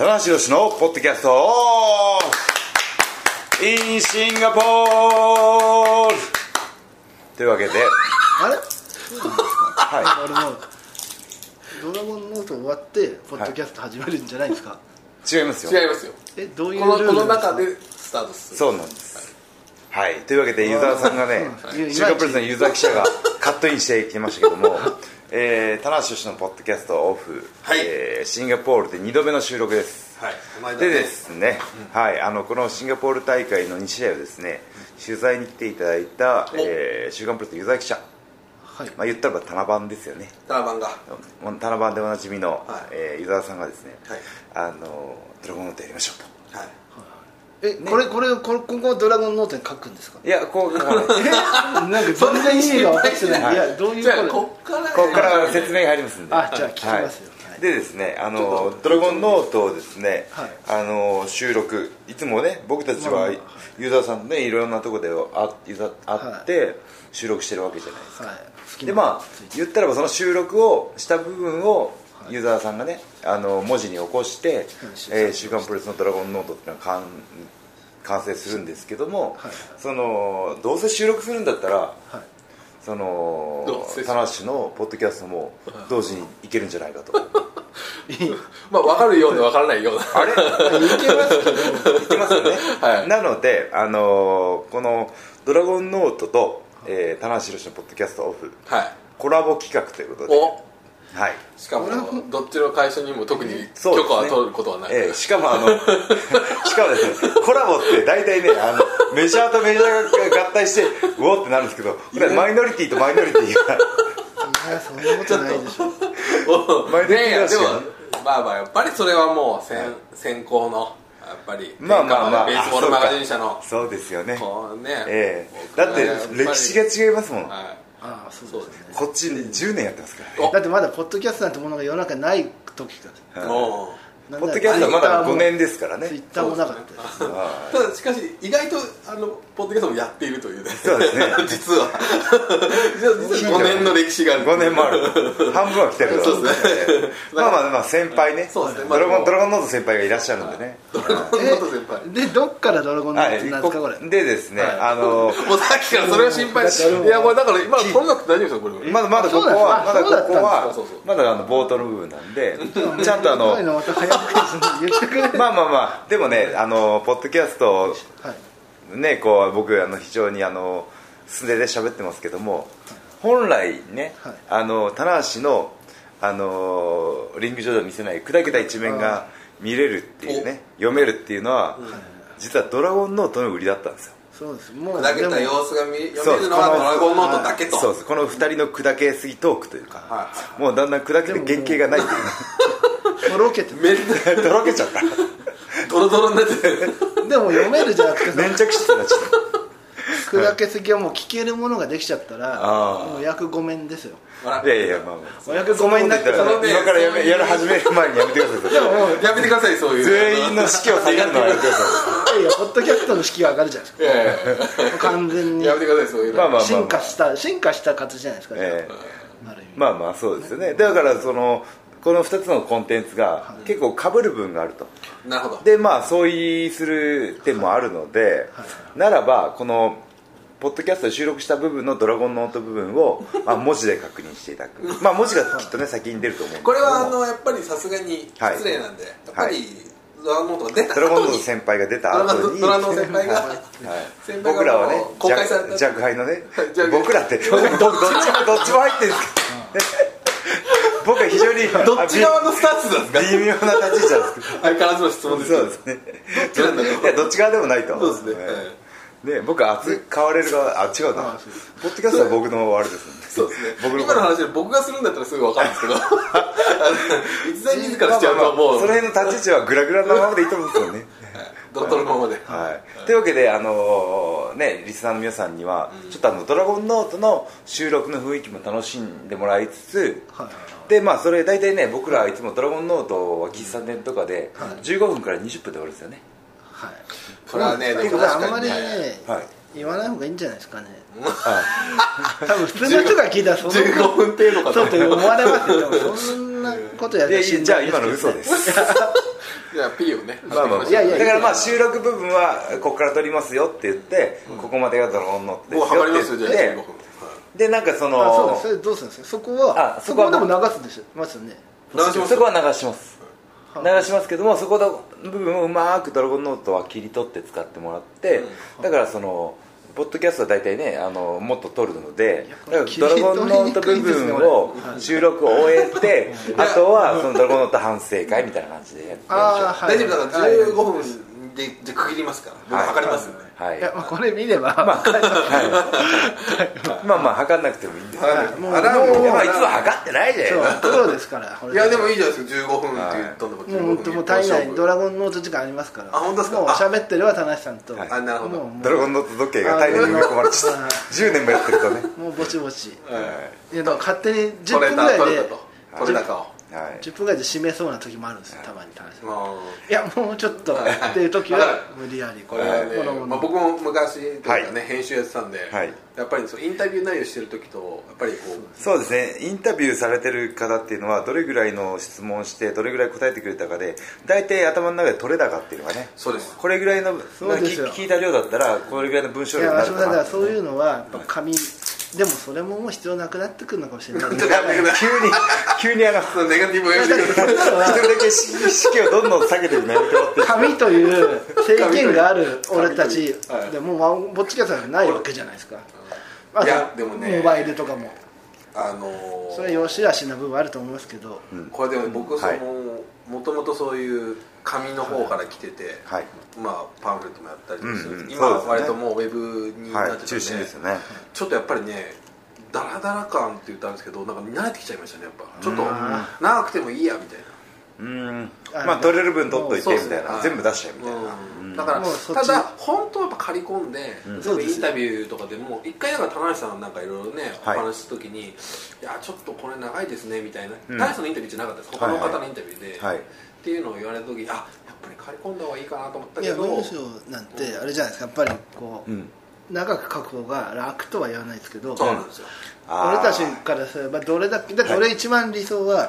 棚橋宏のポッドキャストin シンガポールというわけで、 あれそうなんですか。 はい、 俺もドラゴンノート終わってポッドキャスト始めるんじゃないですか。 違いますよ。 違いますよ。 どういうルールですか。 この中でスタートする。 そうなんです。はい、というわけでユーザーさんがね、週刊プレスのユーザー記者がカットインしてきてましたけども棚橋宏のポッドキャストオフ、はい、シンガポールで2度目の収録です。 はい、 でですね、はい、このシンガポール大会の2試合をですね、取材に来ていただいた、週刊プレスのユーザー記者、はい、言ったらば棚番ですよね。棚番でおなじみの、はい、ユーザーさんがですね、はい、ドラゴンノートやりましょうと。はいね、ここドラゴンノートに書くんですか。 いや、こう書かないなんか全然意味が分かってない、はい、いやどういうここから説明が入りますんで、 じゃあ聞きますよ、 はい、でですね、ドラゴンノートをですね、はい、収録、いつもね僕たちはユーザーさんとねいろんなところで会って収録してるわけじゃないですか、はい、で言ったらばその収録をした部分をユーザーさんがね文字に起こして、週刊プレスのドラゴンノートっていうのが完成するんですけども、はい、どうせ収録するんだったら、はい、棚橋のポッドキャストも同時にいけるんじゃないかとまあ分かるようで分からないようなあれいけますけどいけますよね、はい、なので、このドラゴンノートと、棚橋宏のポッドキャストオフ、はい、コラボ企画ということで、はい、 しかもどっちの会社にも特に許可は取ることはない、 しかもしかもですね、コラボって大体ねメジャーとメジャーが合体してウォーってなるんですけど、これマイノリティとマイノリティがいやそんなことないでしょマイノリティがでもまあやっぱりそれはもう先行のやっぱりベースボールマガジン社のそうですよね、 ね、 だって歴史が違いますもん、はい、 そうですね、 こっち10年やってますからね。 だってまだポッドキャストなんてものが世の中にない時から、 ポッドキャストはまだ5年ですからね。 ツイッターもなかったです。 ただしかし意外とポッドキャストもやっているというね。 そうですね実は5年の歴史がある。 5年もある。半分は来てる。 そうですね。 まあ先輩ね。 そうですね。 ドラゴンノート先輩がいらっしゃるんでね。 ドラゴンノート先輩でどっからドラゴンノートなんですかこれ。 でですね、 もうさっきからそれを心配して、いやもうだから今取らなくて大丈夫ですよこれ。 まだここはまだ冒頭の部分なんで、ちゃんとまあでもねポッドキャストねこう僕非常に素手で喋ってますけども、本来ね棚橋のリング上では見せない砕けた一面が見れるっていうね、読めるっていうのは実はドラゴンノートの売りだったんですよ。 そうです。もう砕けた様子が読めるのはドラゴンノートだけと。 そうです。この2人の砕けすぎトークというか、もうだんだん砕けて原型がないっていうとろけてとろけちゃったドロドロになってでも読めるじゃなくて粘着質になっちゃった砕けすぎはもう聞けるものができちゃったらもう約5面ですよ。 いやまあ約5面になったら今からやる始める前にやめてください。 でもやめてください、そういう全員の士気を下げるのはやめてください。いやポッドキャストの士気が上がるじゃないですか。完全にやめてください、そういうの。 進化した形じゃないですか。 まあそうですよね。だからこの2つのコンテンツが結構被る部分があると。 なるほど。 で相違する点もあるので、ならばこのポッドキャストで収録した部分のドラゴンノート部分を文字で確認していただく。文字がきっとね先に出ると思うんですけど、 これはやっぱりさすがに失礼なんで、やっぱりドラゴンノートが出た後に、 ドラゴンノート先輩が出た後にドラゴン先輩が僕らはね公開された若輩のね僕らってどっちも入ってるんですけど僕は非常にどっち側のスタンスなんですか。 微妙な立ち位置なんですけど相変わらずの質問です。 そうですね。どっち側でもないと。 そうですね。 僕は変われる側違うな。ポッドキャストは僕のあれですね。 そうですね。今の話で僕がするんだったらすぐ分かるんですけど実際自らしちゃうともうその辺の立ち位置はグラグラなままでいいと思うんですよね。 ドロドロのままで。 というわけでリスナーの皆さんにはちょっとドラゴンノートの収録の雰囲気も楽しんでもらいつつ、でそれ大体ね僕らいつもドラゴンノートは喫茶店とかで15分から20分で終わるんですよね。 これはね、 あんまりね言わない方がいいんじゃないですかね。多分普通の人が聞いたら 15分程度かと思われますよ。そんなことやってじゃあ今の嘘ですいや P をね、 だからまあ収録部分はここから撮りますよって言って、ここまでがドラゴンノートですよって言って、でなんかそのそれどうするんですか。そこはでも流すでしょますよね。 そこは流しますけども、そこの部分をうまくドラゴンノートは切り取って使ってもらって、だからそのポッドキャストは大体ねもっと撮るので、だからドラゴンノート部分を収録を終えて、あとはそのドラゴンノート反省会みたいな感じでやってみましょう。 大丈夫だから15分で区切りますから僕測りますよね。 いやこれ見ればまあ測んなくてもいいんですけど、アラームいつも測ってないじゃないですか。 そうですから。 いやでもいいじゃないですか。15分って言ったんでももう体内にドラゴンノート時間ありますから。 あ、本当ですか。 もう喋ってるは田無さんと。 なるほど。 ドラゴンノート時計が体内に埋め込まれて10年もやってるとね、 もうぼちぼち。いやだから勝手に10分ぐらいで取れたかを 10分ぐらいで締めそうな時もあるんですよ、たまに。いやもうちょっとっていう時は無理やりこれ僕も昔というかね編集やってたんで、やっぱりインタビュー内容してる時とやっぱりこうそうですね、インタビューされてる方っていうのはどれぐらいの質問してどれぐらい答えてくれたかで大体頭の中で取れたかっていうのがね、 そうです。 これぐらいの聞いた量だったらこれぐらいの文章量になるかな。 だからそういうのはやっぱ紙でもそれももう必要なくなってくるのかもしれない。 急にネガティブをやめてくる。 一人だけ意識をどんどん下げていくのやめてもらって。 紙という制限がある俺たちでもうぼっちキャストがないわけじゃないですか。 いやでもね、 モバイルとかもそれは良し悪しな部分あると思いますけど、 これでも僕もともとそういう紙の方から来てて、まあパンフレットもやったりする。今は割ともうウェブになってて中心ですよね。ちょっとやっぱりねダラダラ感って言ったんですけど、なんか慣れてきちゃいましたね。やっぱちょっと長くてもいいやみたいな。 まあ取れる分取っといてみたいな、全部出しちゃうみたいな。 だからただ本当はやっぱ借り込んで、インタビューとかでも一回だから田無さんなんかいろいろねお話しした時に、いやちょっとこれ長いですねみたいな、田無さんのインタビューじゃなかったです。他の方のインタビューでっていうのを言われた時、やっぱり借り込んだ方がいいかなと思ったけど、 文章なんてあれじゃないですか、やっぱりこう長く書く方が楽とは言わないですけど、 そうなんですよ。 俺たちからすればどれだけだから俺一番理想は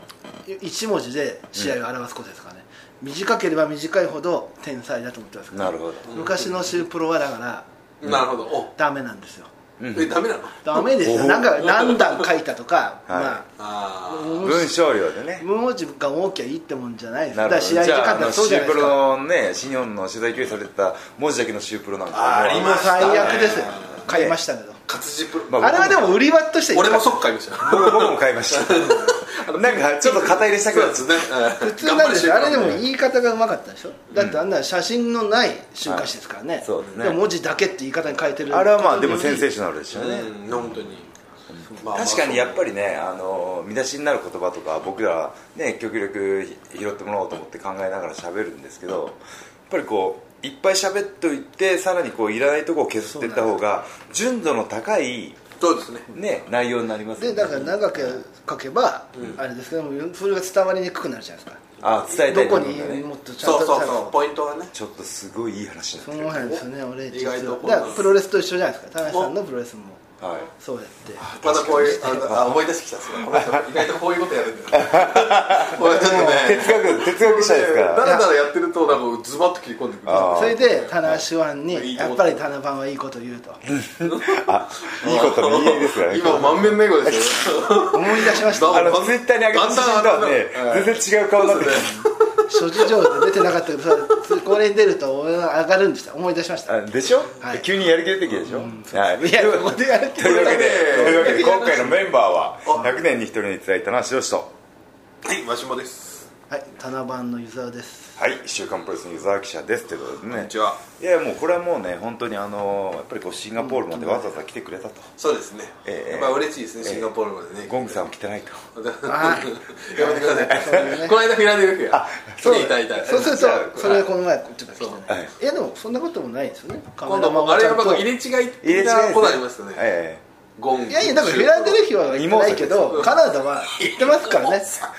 1文字で試合を表すことですからね。短ければ短いほど天才だと思ってますけど、昔のシュープロはだからなるほどダメなんですよ。 ダメなの？ ダメですよ。なんか何段書いたとか、 文章量でね文字が多きゃいいってもんじゃないです。 だから試合時間だそうじゃないですか。シュープロのね、新日本の取材拒否されてた文字だけのシュープロなんかもう最悪ですよ。買いましたけど。 活字プロ。 あれはでも売り場として俺も即買いました。 僕も買いました。なんかちょっと肩入れしたくなっちゃう。普通なんですよ。あれでも言い方がうまかったでしょ。だってあんな写真のない週刊誌ですからね。でも文字だけって言い方に変えてる。 あれはまあでもセンセーショナルですよね。 本当に。 確かにやっぱりね、見出しになる言葉とか僕らね極力拾ってもらおうと思って考えながら喋るんですけど、やっぱりこういっぱい喋っといてさらにこういらないところを削っていった方が純度の高いそうですね内容になりますね。 でだから長く書けばあれですけども、それが伝わりにくくなるじゃないですか。 伝えたいどこにもっとちゃんとそうポイントがね、 ちょっとすごいいい話になってる。 そうなんですよね。俺意外とだからプロレスと一緒じゃないですか。田無さんのプロレスもそうやってまだこういう思い出してきたんですよ。この人意外とこういうことやるんだよ。これちょっとね哲学者ですからだらだらやってるとなんかズバッと切り込んでくる。 それで田無ファンにやっぱり田無ファンはいいこと言うといいことの言い合いですからね。 今満面の笑顔ですよ。 思い出しました。 ツイッターに上げた写真とはね全然違う顔になってる。 諸事情で出てなかったけどこれに出ると俺は上がるんでした。思い出しました。 でしょ、急にやる気出てきたでしょ。 いやここでやる気というわけで今回のメンバーは100年に一人に伝えたのは白石とマシモです。 はい、棚番の湯沢です。 はい、週刊プロレスの湯沢記者ですということでね。 こんにちは。 いやもうこれはもうね本当にやっぱりこうシンガポールまでわざわざ来てくれたと。 そうですね。やっぱ嬉しいですね、シンガポールまでね。 ゴングさんも来てないと。 やめてください。この間フィラデルフィア来ていただいた。 そうするとそれこの前こっちが来てない。いやでもそんなこともないですよね。 今度もあれは入れ違い的なことありますよね。 いやいやだからフィラデルフィアは行ってないけどカナダは行ってますからね。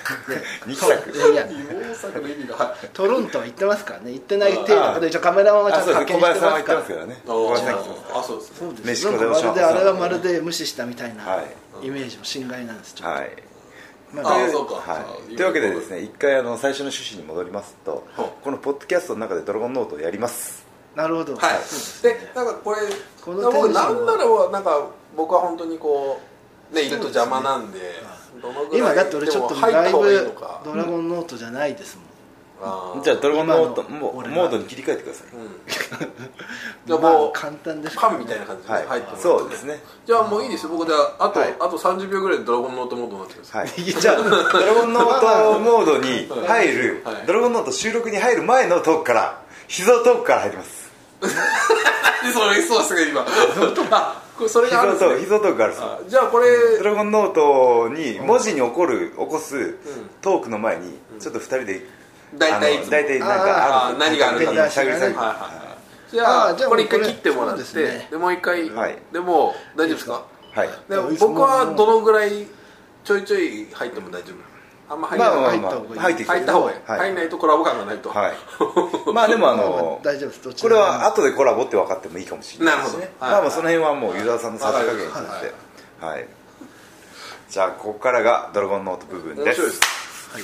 トロントは行ってますからね。行ってない程度で一応カメラマンはちゃんと派遣してますからね。 そうです。 あれはまるで無視したみたいなイメージも心外なんです。 はい。 そうか、 というわけでですね、一回最初の趣旨に戻りますと、このポッドキャストの中でドラゴンノートをやります。 なるほど。 はい。でなんかこれ僕なんならなんか僕は本当にこうねいると邪魔なんで、どのぐらい今だって俺ちょっとだいぶドラゴンノートじゃないですもん。 じゃあドラゴンノートモードに切り替えてください。 じゃあもう簡単です。 パンみたいな感じで入ってます。 そうですね。 じゃあもういいですよ。僕であと30秒ぐらいでドラゴンノートモードになってください。 じゃあドラゴンノートモードに入るドラゴンノート収録に入る前のトークから秘蔵トークから入ります。 そうですね今。それがあるんですね。 秘蔵トークがあるんですよ。 じゃあこれドラゴンノートに文字に起こすトークの前にちょっと2人で大体なんか何があるか探り探り。 じゃあこれ一回切ってもらってでもう一回でも大丈夫ですか？ はい。 で僕はどのぐらいちょいちょい入っても大丈夫？あんま入った方がいい。入った方がいい。入んないとコラボ感がないと。 まあでも大丈夫です。 これは後でコラボって分かってもいいかもしれないですね。 なるほど。 まあその辺はもうユーザーさんのさじ加減について。はい。じゃあここからがドラゴンノート部分です。 はい。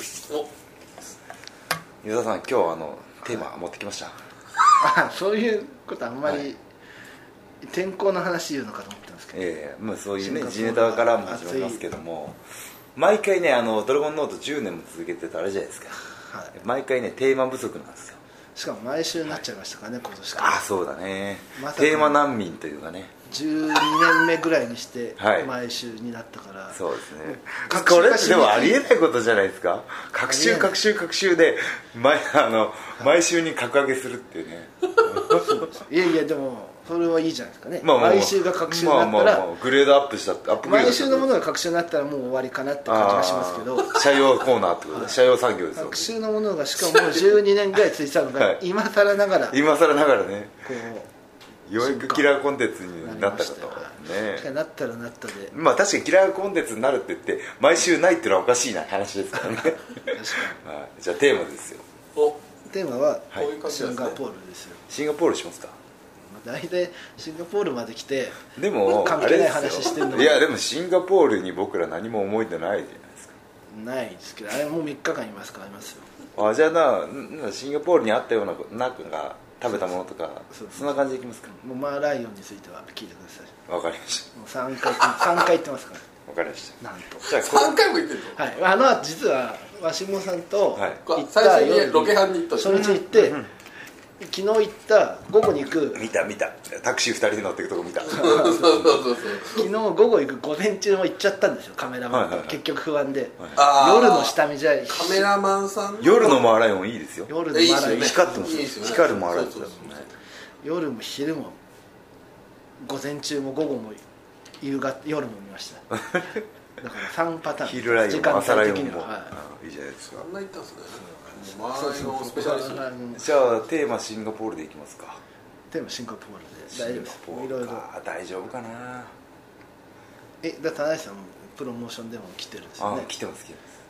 ユーザーさん今日テーマ持ってきました。 そういうことあんまり天候の話言うのかと思ってますけど。 まあそういうね地ネタからも始まりますけども、毎回ねドラゴンノート10年も続けてたあれじゃないですか。毎回ねテーマ不足なんですよ。 しかも毎週になっちゃいましたからね、今年から。 そうだね。テーマ難民というかね。 12年目ぐらいにして毎週になったから、 そうですね。これでもありえないことじゃないですか。各週で毎週に格上げするっていうね。 いやでもそれはいいじゃないですかね。毎週が隔週になったらグレードアップした毎週のものが隔週になったらもう終わりかなって感じがしますけど、 社用コーナーってことで社用産業ですよ。 隔週のものがしかも12年ぐらい続いてたのが今更ながらね、こうようやくキラーコンテンツになったかとね。 なったらなったで、 まあ確かにキラーコンテンツになるって言って毎週ないっていうのはおかしいな話ですからね。確かに。じゃあテーマですよ。 テーマはシンガポールですよ。 シンガポールしますか。 大体シンガポールまで来てでも関係ない話してるの。 いやでもシンガポールに僕ら何も思い出ないじゃないですか。 ないですけど、あれもう3日間いますから。ありますよ。 じゃあシンガポールにあったようななんか食べたものとか そんな感じでいきますか。 もうマーライオンについては聞いてください。 わかりました。 もう3回言ってますから。 わかりました。 なんとじゃあ3回も言ってるの。 はい。実は鷲本さんと行った最初にロケハンに行った初日行って、昨日行った午後に行く見たタクシー2人で乗っていくとこ見た。 昨日午後行く午前中も行っちゃったんですよ、カメラマンと。結局不安で夜の下見じゃカメラマンさん夜のマーライオンいいですよ。 夜のマーライオン光ってます。光るマーライオン。 夜も昼も午前中も午後も夜も見ました。だから3パターン。 昼ライオンも朝ライオンもいいじゃないですか。 そんな行ったんですね。マーライオンスペシャリスト。 じゃあテーマシンガポールでいきますか。 テーマシンガポールで大丈夫です。いろいろ大丈夫かな。 だって田中さんもプロモーションでも来てるんですよね。 来てます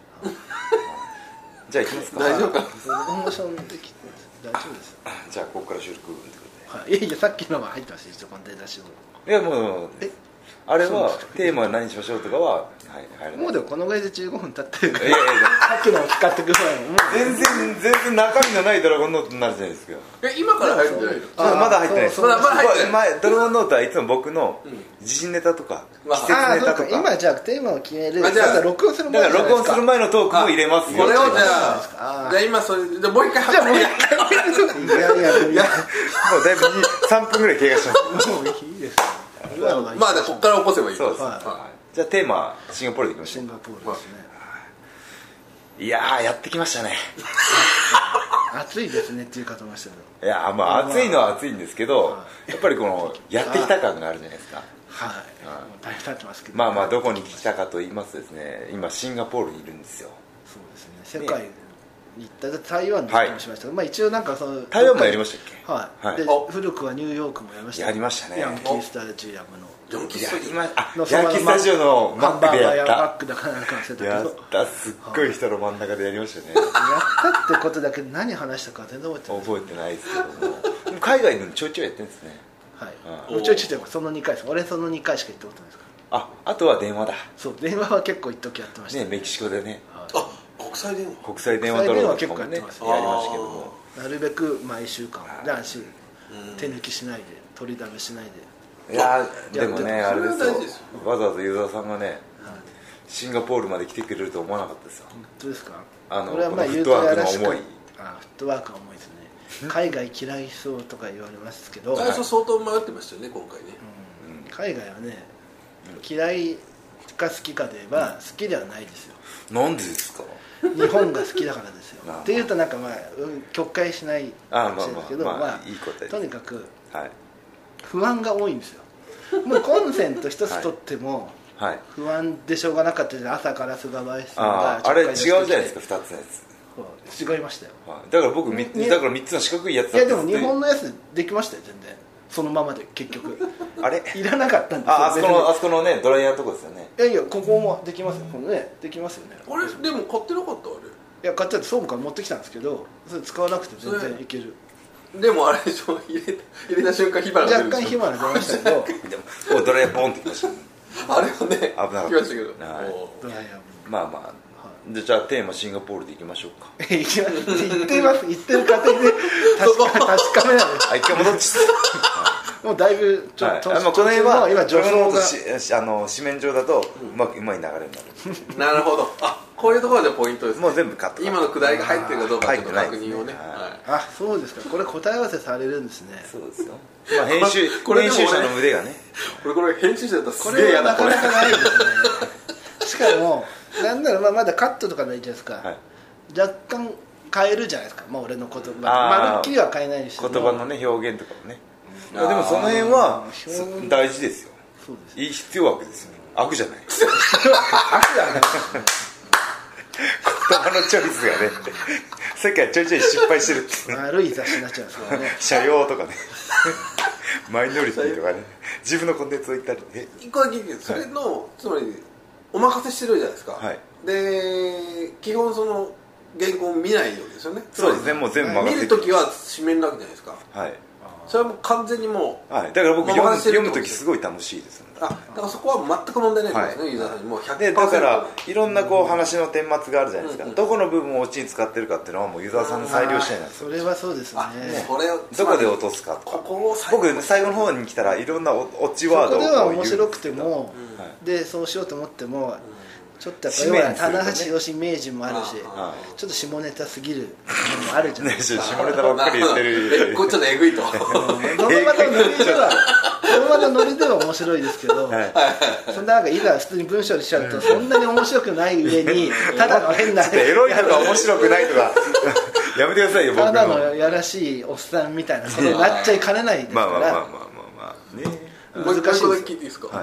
じゃあ行きますか。 大丈夫か。 プロモーションで来て大丈夫です。 じゃあここから収録部分ってことで。いやさっきのは入ってました。この出だしを。 いやもうあれはテーマは何しましょうとかはもうでもこのぐらいで15分経ってるから。さっきのを使ってください。 全然中身のないドラゴンノートになるじゃないですか。 今から入るんじゃないの。 まだ入ってないです。 まだ入ってない。 ドラゴンノートはいつも僕の自信ネタとか季節ネタとか。 今じゃあテーマを決める。 だから録音する前のトークも入れますよ。 これをじゃあ今それでもう一回じゃあもう一回。いやもうだいぶ3分ぐらい経過しました。 もういいです。 まあここから起こせばいい。 そうです。じゃあテーマシンガポールでいきましょう。 シンガポールですね。 いややってきましたね。 暑いですねっていう方もしたけど。いや暑いのは暑いんですけど、やっぱりこのやってきた感があるじゃないですか。 はい。大変経ってますけど。 まあどこに来たかと言いますとですね、今シンガポールにいるんですよ。 そうですね。世界に行った台湾で行ってもしました。一応なんか台湾もやりましたっけ。 はい。で古くはニューヨークもやりました。 やりましたね。 ヤンキースタジアムの。 ヤンキースタジオのマックでやった。 マックだからなんか忘れたけど。 やったすっごい人の真ん中でやりましたね。 やったってことだけど何話したか全然覚えてないですけども。海外でちょいちょいやってるんですね。 はい。ちょいちょいその2回です。俺その2回しか行ったことないですかあとは電話だ。 そう電話は結構一時やってましたね。メキシコでね、 国際電話取ろう結構やってました。 やりましたけども、 なるべく毎週間男子手抜きしないで、取りだめしないで。 いやでもね、あれですよ、わざわざユーザーさんがね、シンガポールまで来てくれると思わなかったですよ。 本当ですか。 このフットワークの思い。 フットワークの思いですね。海外嫌いそうとか言われますけど、 最初相当迷ってましたよね今回ね。 海外はね、嫌いか好きかで言えば好きではないですよ。 なんでですか。 日本が好きだからですよ。っていうとなんか曲解しないかもしれないけど、とにかく不安が多いんですよ。もうコンセント一つ取っても不安でしょうがなかったじゃん。朝から菅林さんがあれ違うじゃないですか、2つのやつ。 違いましたよ。 だから僕3つの四角いやつだったんです。 いやでも日本のやつできましたよ全然。そのままで結局あれいらなかったんですよ。 あそこのねドライヤーのとこですよね。 いやここもできますよ。このねできますよね。 あれでも買ってなかったあれ。 いや買って総務から持ってきたんですけど、それ使わなくて全然いける。 でもあれでしょ、入れた瞬間火花が出る。 若干火花出ましたけどでもドライヤーボンってきました。 あれはね危なかった。 来ましたけど。 ドライヤーまあじゃあテーマシンガポールでいきましょうか。 行っています。行ってる過程で確かめない。 一回戻っちゃったもうだいぶちょっとこの辺は今助走が紙面上だとうまい流れになる。 なるほど。こういうところでポイントですね。 もう全部カット。 今のくだりが入ってるかどうかちょっと確認をね。 そうですか。これ答え合わせされるんですね。 そうですよ。編集者の腕がね。 これ編集者だったらすげえ嫌だ。 これはなかなかないですね。しかもなんならまだカットとかないじゃないですか。若干変えるじゃないですか。俺の言葉まるっきりは変えないし、 言葉のね表現とかもね。でもその辺は大事ですよ。いい必要悪ですよ。悪じゃない。悪じゃない。言葉のチョイスがね、世界ちょいちょい失敗してるって。 悪い雑誌になっちゃうんですからね。 社用とかね、マイノリティとかね、自分のコンテンツを言ったりね。 一個だけ言うけど、それのつまりお任せしてるじゃないですか。で基本その原稿を見ないようですよね。 そうですね。もう全部任せて。 見るときは紙面なわけじゃないですか。それはもう完全にもう、 だから僕読むときすごい楽しいです。 だからそこは全く問題ないですね、ユーザーさんにもう 100%。 でだからいろんな話の顛末があるじゃないですか。どこの部分をオチに使ってるかっていうのはもうユーザーさんの裁量次第なんですよ。 それはそうですね。 どこで落とすかとか。僕最後の方に来たらいろんなオチワードをそこでは面白くても、でそうしようと思ってもちょっとやっぱり棚橋宏イメージもあるし、ちょっと下ネタすぎるのもあるじゃないですか。 下ネタばっかり言ってる。 こっちのえぐいと。 その場のノリでは面白いですけど、そんななんかいざ普通に文章にしちゃうとそんなに面白くない上にただの変なエロいとか面白くないとかやめてくださいよ。僕のただのやらしいおっさんみたいなことになっちゃいかねないですから。 難しいです。聞いていいですか。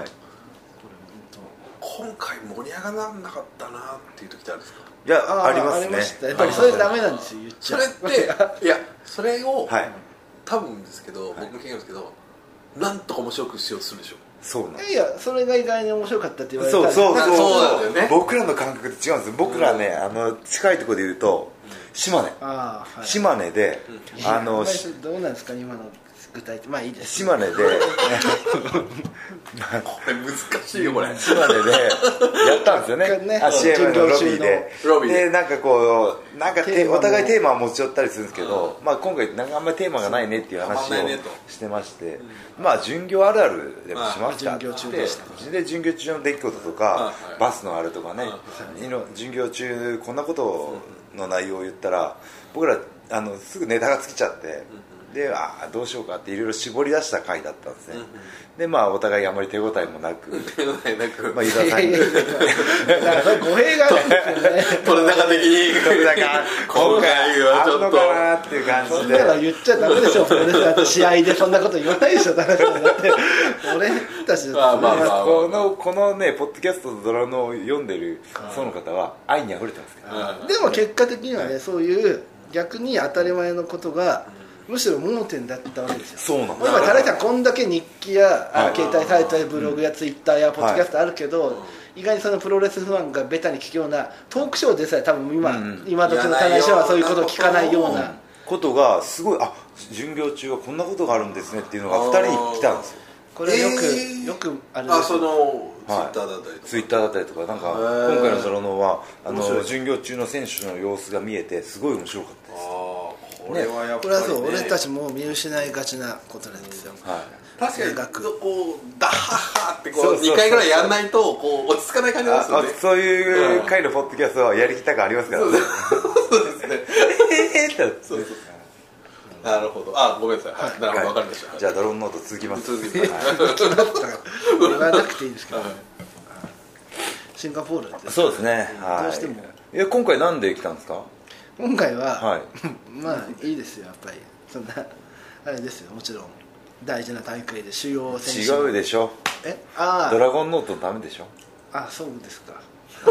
今回盛り上がらなかったなっていう時ってあるんですか。 いやありますね。 やっぱりそれダメなんですよ。言っちゃう。 それっていやそれを多分ですけど、僕も聞いたんですけど、なんとか面白くしようとするでしょ。 そうなんです。 いやそれが意外に面白かったって言われたら、 そうなんだよね。 僕らの感覚って違うんです。僕らね近いところで言うと島根でどうなんですか今の具体的。まあいいです。 島根でこれ難しいよこれ。 島根でやったんですよね。CM のロビーでなんかこうなんかお互いテーマを持ち寄ったりするんですけど、まあ今回なんかあんまりテーマがないねっていう話をしてまして、まあ巡業あるあるでもしましたって。で巡業中の出来事とかバスのあれとかね、巡業中こんなことの内容を言ったら僕らすぐネタが尽きちゃって。でどうしようかっていろいろ絞り出した回だったんですね。でお互いあまり手応えもなくユーザーさんに語弊があるんですよね。 取れ高的に今回はちょっとあんのかなっていう感じで。 そんなの言っちゃダメでしょ。試合でそんなこと言わないでしょ。だって俺たちこのねポッドキャストとドラマを読んでるその方は愛にあふれてますけど、 でも結果的にはねそういう逆に当たり前のことがむしろ盲点だったわけですよ。 そうなんだ。 今田中さんこんだけ日記や携帯サイトやブログやツイッターやポッドキャストあるけど、意外にそのプロレスファンがベタに聞くようなトークショーでさえ多分今時の田中さんはそういうことを聞かないようなことがすごい巡業中はこんなことがあるんですねっていうのが2人に来たんですよ。 これよくあれです。 そのツイッターだったりとか、 ツイッターだったりとか、なんか今回のドラノは巡業中の選手の様子が見えてすごい面白かったです。 これはやっぱり、ね、 これはそう俺たちも見失いがちなことなんですよ、 確かにこうダッハッハってこう2回ぐらいやらないとこう落ち着かない感じなんですよね。 そういう回のポッドキャストはやりきたくありますからね。 そうですねそうなるほど。ごめんなさい、なるほど、分かりました。 じゃあドローンノート続きます。 言わなくていいですけど、シンガポールってそうですね、 どうしても今回なんで来たんですか？ 今回は、まあいいですよ、やっぱりそんなあれですよ、もちろん大事な大会で主要選手違うでしょ。ドラゴンノートのためでしょ。 そうですか。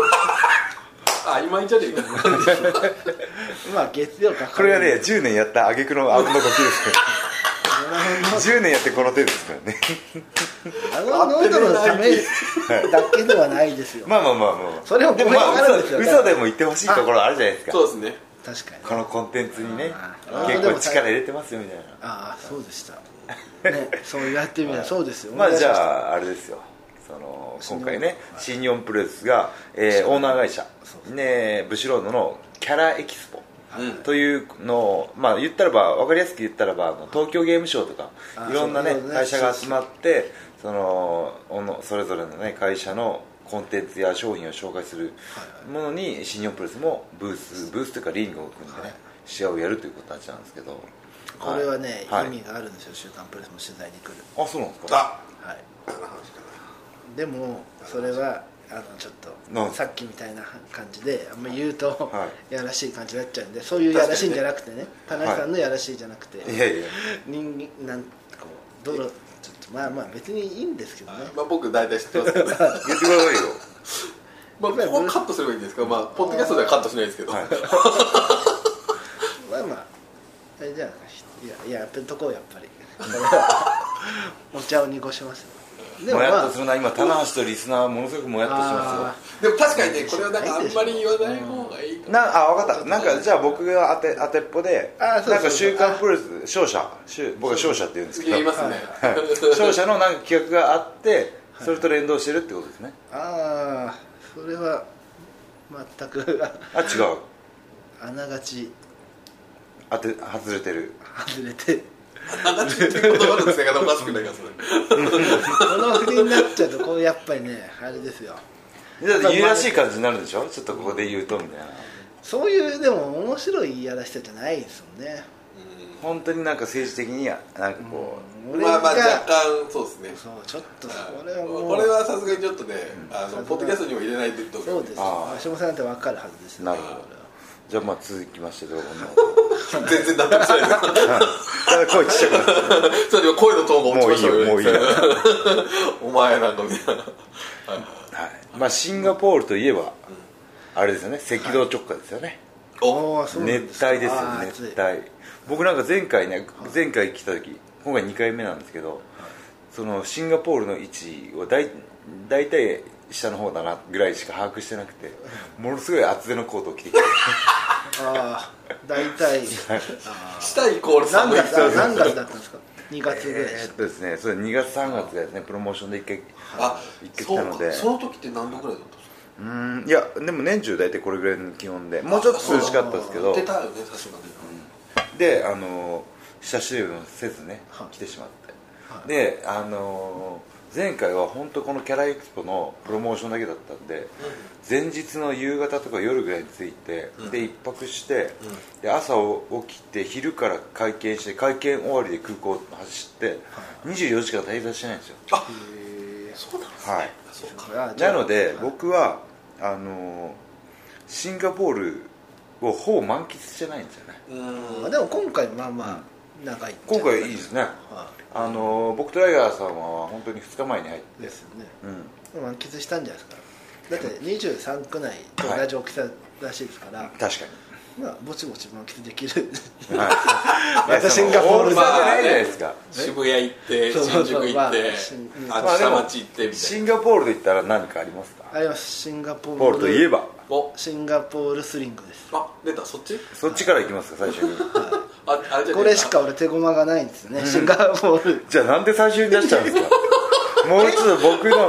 今いいじゃねえか。 まあ月曜か。 これはね、10年やった挙句の顎の呼吸ですから10年やってこの手ですからね。 顎のノートのためだけではないですよ。 まあそれもでも嘘でも言ってほしいところあるじゃないですか。 そうですね、 確かにこのコンテンツにね結構力入れてますよみたいな。 そうでしたね。そうやってみたらそうですよ。 じゃああれですよ、今回ね新日本プロレスがオーナー会社ブシュロードのキャラエキスポというのを、言ったらば分かりやすく言ったらば東京ゲームショウとかいろんなね会社が集まってそれぞれのね会社のコンテンツや商品を紹介するものに新日本プロレスもブースというかリングを組んでね試合をやるという形なんですけど、 これはね意味があるんですよ。週刊プロレスも取材に来る。 そうなんですか。 でもそれはちょっとさっきみたいな感じであんまり言うとやらしい感じになっちゃうんで、そういうやらしいんじゃなくてね、田中さんのやらしいじゃなくて、人間なんこうちょっと別にいいんですけどね。 僕大体知ってますけど言ってくださいよ。 ここカットすればいいんですけど、ポッドキャストではカットしないですけど、 じゃあやってるとこやっぱりお茶を濁しますよ。 もやっとするな。今棚橋とリスナーものすごくもやっとしますよ。でも確かにね、これはなんかあんまり言わない方がいいかな。分かった。なんかじゃあ僕が当てっぽでなんか週刊プロレス勝者、僕は勝者って言うんですけど、 言いますね。 勝者のなんか企画があってそれと連動してるってことですね。 それは全く違う。あながち外れてる。 あながちっていう言葉の使い方おかしくないかそれ。 この振りになっちゃうとこうやっぱりねあれですよ。 言うらしい感じになるでしょ。ちょっとここで言うとみたいな。 そういうでも面白いやらしさじゃないですもんね。 本当になんか政治的になんかこう若干そうですね。 そうちょっとこれはさすがにちょっとねポッドキャストにも入れないと。 そうです。橋本さんって分かるはずですね。 なるほど。じゃあ続きましてドラゴンの全然納得しないです。 声ちっちゃくなってそれで声のトーンが落ちましたよ。 もういいよお前なんかみたいな。シンガポールといえばあれですよね、赤道直下ですよね。熱帯ですよ。熱帯。僕なんか前回来た時、今回2回目なんですけど、そのシンガポールの位置を大体下の方だなぐらいしか把握してなくて、ものすごい厚手のコートを着てきて大体下イコール寒い。 何月だったんですか？2月ぐらいですね。それ2月3月ですね。プロモーションで1回来たので。 その時って何度ぐらいだったんですか？ いやでも年中大体これぐらいの気温で、もうちょっと涼しかったですけど、 出たよね確かに。 で下調べもせずね来てしまって、で前回は本当このキャラエクスポのプロモーションだけだったんで、前日の夕方とか夜ぐらいに着いて、で1泊して、で朝起きて昼から会見して、会見終わりで空港走って、24時間滞在してないんですよ。 そうなんですね。 なので僕はシンガポールをほぼ満喫してないんですよね。 でも今回長い。 今回いいですね。僕とライガーさんは本当に2日前に入ってですよね。満喫したんじゃないですか。だって23区内と同じ大きさらしいですから。 確かに。 ぼちぼち満喫できる。またシンガポールじゃないじゃないですか。 渋谷行って新宿行って下町行ってみたいな。 シンガポールで言ったら何かありますか？ あります。シンガポールといえばシンガポールスリングです。 出た。そっちから行きますか最初に。 これしか俺手駒がないんですね。シンガポール。 じゃあなんで最初に出しちゃうんですか？もう一度僕の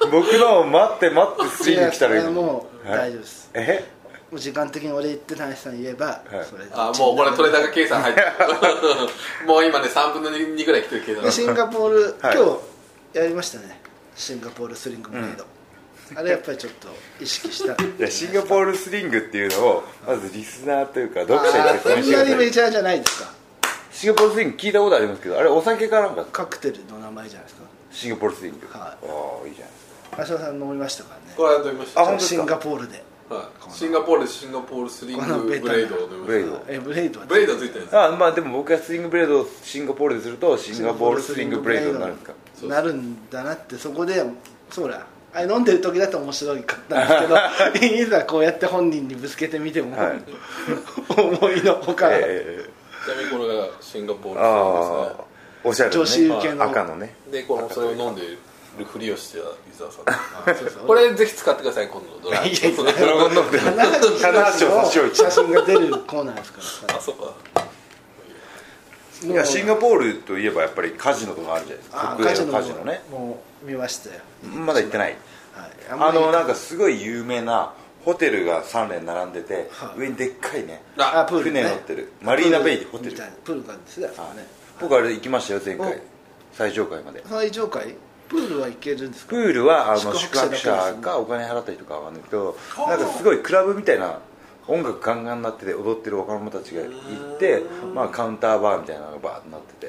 僕の待ってスリング来たらいいの。 もう大丈夫です。もう時間的に俺言って田中さん言えば、 それもうこれ取れ高計算入ってるもう今ね3分の2ぐらい来てるけど、 シンガポール、今日やりましたね、シンガポールスリングブレード、あれやっぱりちょっと意識した。いやシンガポールスリングっていうのをまずリスナーというか読者に説明してください。 そんなにメジャーじゃないですか。 シンガポールスリング聞いたことありますけど、あれお酒かなんかカクテルの名前じゃないですか、 シンガポールスリング。 はい、 ああいいじゃないですか。 橋田さん飲みましたからね。 これは飲みました。 あ本当ですか。 シンガポールで、 シンガポールスリングブレードを飲みました。 ブレードついてるんですか。 まあでも僕がスリングブレードをシンガポールでするとシンガポールスリングブレードになるんですか。 なるんだなって、そこでそうだ、あれ飲んでる時だと面白かったんですけどいざこうやって本人にぶつけてみても、はい、思いのほか、 ちなみにこれがシンガポールですね。 おしゃれな、ね、 女子受けの赤のね。 でそれを飲んでるふりをしてた伊沢さんこれぜひ使ってください今度。ドラゴンノート棚橋を写真が出るコーナーですから。 あ、そうか。 いやシンガポールといえばやっぱりカジノとかあるじゃないですか。国営のカジノね。 もう見ましたよ。 まだ行ってない。はい、なんかすごい有名なホテルが3連並んでて、上にでっかいね船乗ってるマリーナベイでホテルプールがあるんですね。 僕あれ行きましたよ前回、最上階まで。 最上階プールは行けるんですか。 プールは宿泊者かお金払ったりとかは分かんないけど、なんかすごいクラブみたいな音楽ガンガンになってて踊ってる若者たちが行って、まあ、カウンターバーみたいなのがバーッとなってて、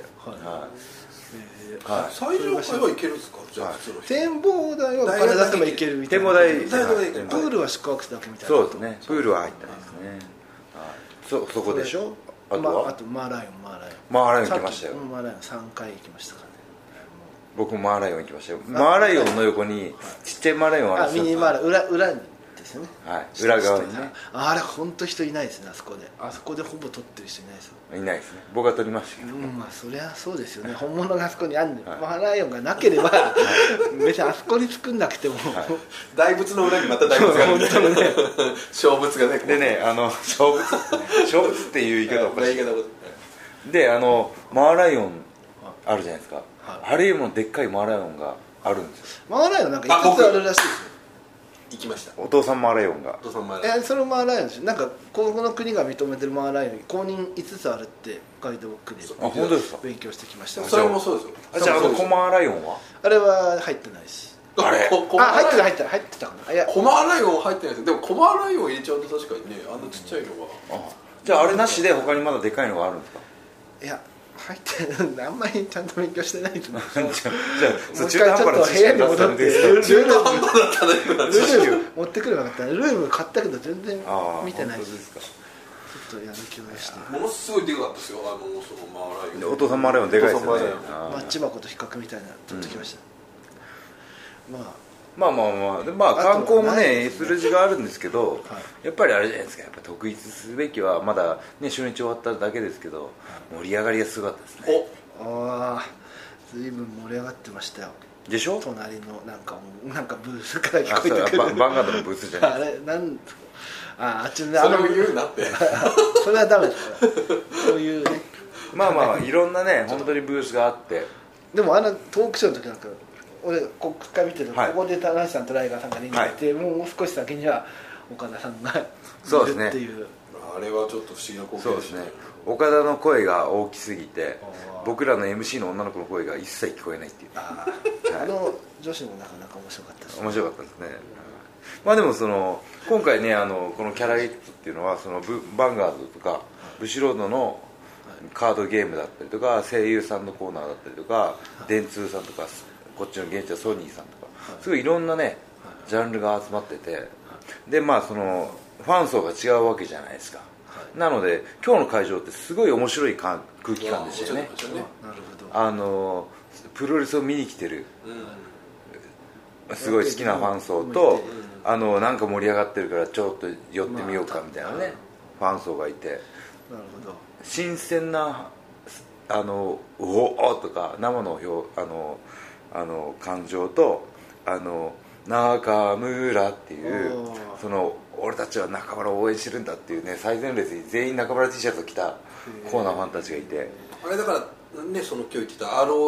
最上階は行けるんですか。じゃあ展望台はお金出せば行けるみたいな。 展望台プールは宿泊者だけみたいな。 そうですね、プールは入ってないですね。そこでしょ。あとはあとマーライオン行きましたよ。 マーライオン3回行きましたからね。 僕もマーライオン行きましたよ。マーライオンの横にちっちゃいマーライオンあるんですよ。 ミニマーライオン裏にですよね。 はい、裏側にね。 あれ本当人いないですね。あそこでほぼ撮ってる人いないですよ。 いないですね。僕は撮りましたけど。 まあそりゃそうですよね。本物があそこにあるんで、マーライオンがなければ別にあそこに作んなくても、 大仏の裏にまた大仏があるんで小仏がね。 でね、小仏っていう言い方をでマーライオンあるじゃないですか。あれもでっかいマーライオンがあるんですよ。 マーライオンなんか5つあるらしいですよ。 行きました。 お父さんマーライオンが。 そのマーライオンですよ。なんかこの国が認めてるマーライオン公認5つあるってガイドブックで本当ですか。 勉強してきました。 それもそうですよ。 じゃあコマーライオンはあれは入ってないです。 あれ入ってたかな。いやコマーライオン入ってないです。でもコマーライオン入れちゃうと確かにね、あんなちっちゃいのが。 じゃああれなしで他にまだでかいのがあるんですか。 いや入ってあんまりちゃんと勉強してないと思う。じゃあもう一回ちょっと部屋に戻ってルール持ってくればよかった。ルール買ったけど全然見てないです。ちょっとやる気をして。 ものすごいでかかったですよ。そのマーライオン。 お父さんマーライオンでかいですよね。 マッチ箱と比較みたいな取ってきました。 まあ観光もねする字があるんですけど、やっぱりあれじゃないですか。やっぱ特筆すべきはまだね初日終わっただけですけど、盛り上がりがすごかったですね。 随分盛り上がってましたよ。 でしょ。 隣のなんかブースから聞こえてくる。 バンガードのブースじゃない。 あれなんあっちのそれを言うなって。 それはダメですから。そういうね。 まあいろんなね本当にブースがあって。 でもトークショーの時なんか。俺ここから見てると、ここで田中さんとライガーさんがリングして、もう少し先には岡田さんがいるっていう。 あれはちょっと不思議な光景ですね。 岡田の声が大きすぎて僕らの MC の女の子の声が一切聞こえないっていう。 女子もなかなか面白かったですね。 面白かったですね。まあでも今回ねこのキャラゲットっていうのはバンガードとかブシロードのカードゲームだったりとか声優さんのコーナーだったりとか電通さんとかこっちの現地はソニーさんとかすごいいろんなねジャンルが集まってて、でファン層が違うわけじゃないですか。なので今日の会場ってすごい面白い空気感でしたよね。プロレスを見に来てるすごい好きなファン層となんか盛り上がってるからちょっと寄ってみようかみたいなねファン層がいて、新鮮なおおとか生の感情と中村っていう俺たちは中村を応援してるんだっていうね最前列に全員中村 T シャツを着たコーナーファンたちがいて、 あれだからね今日言ってた ROH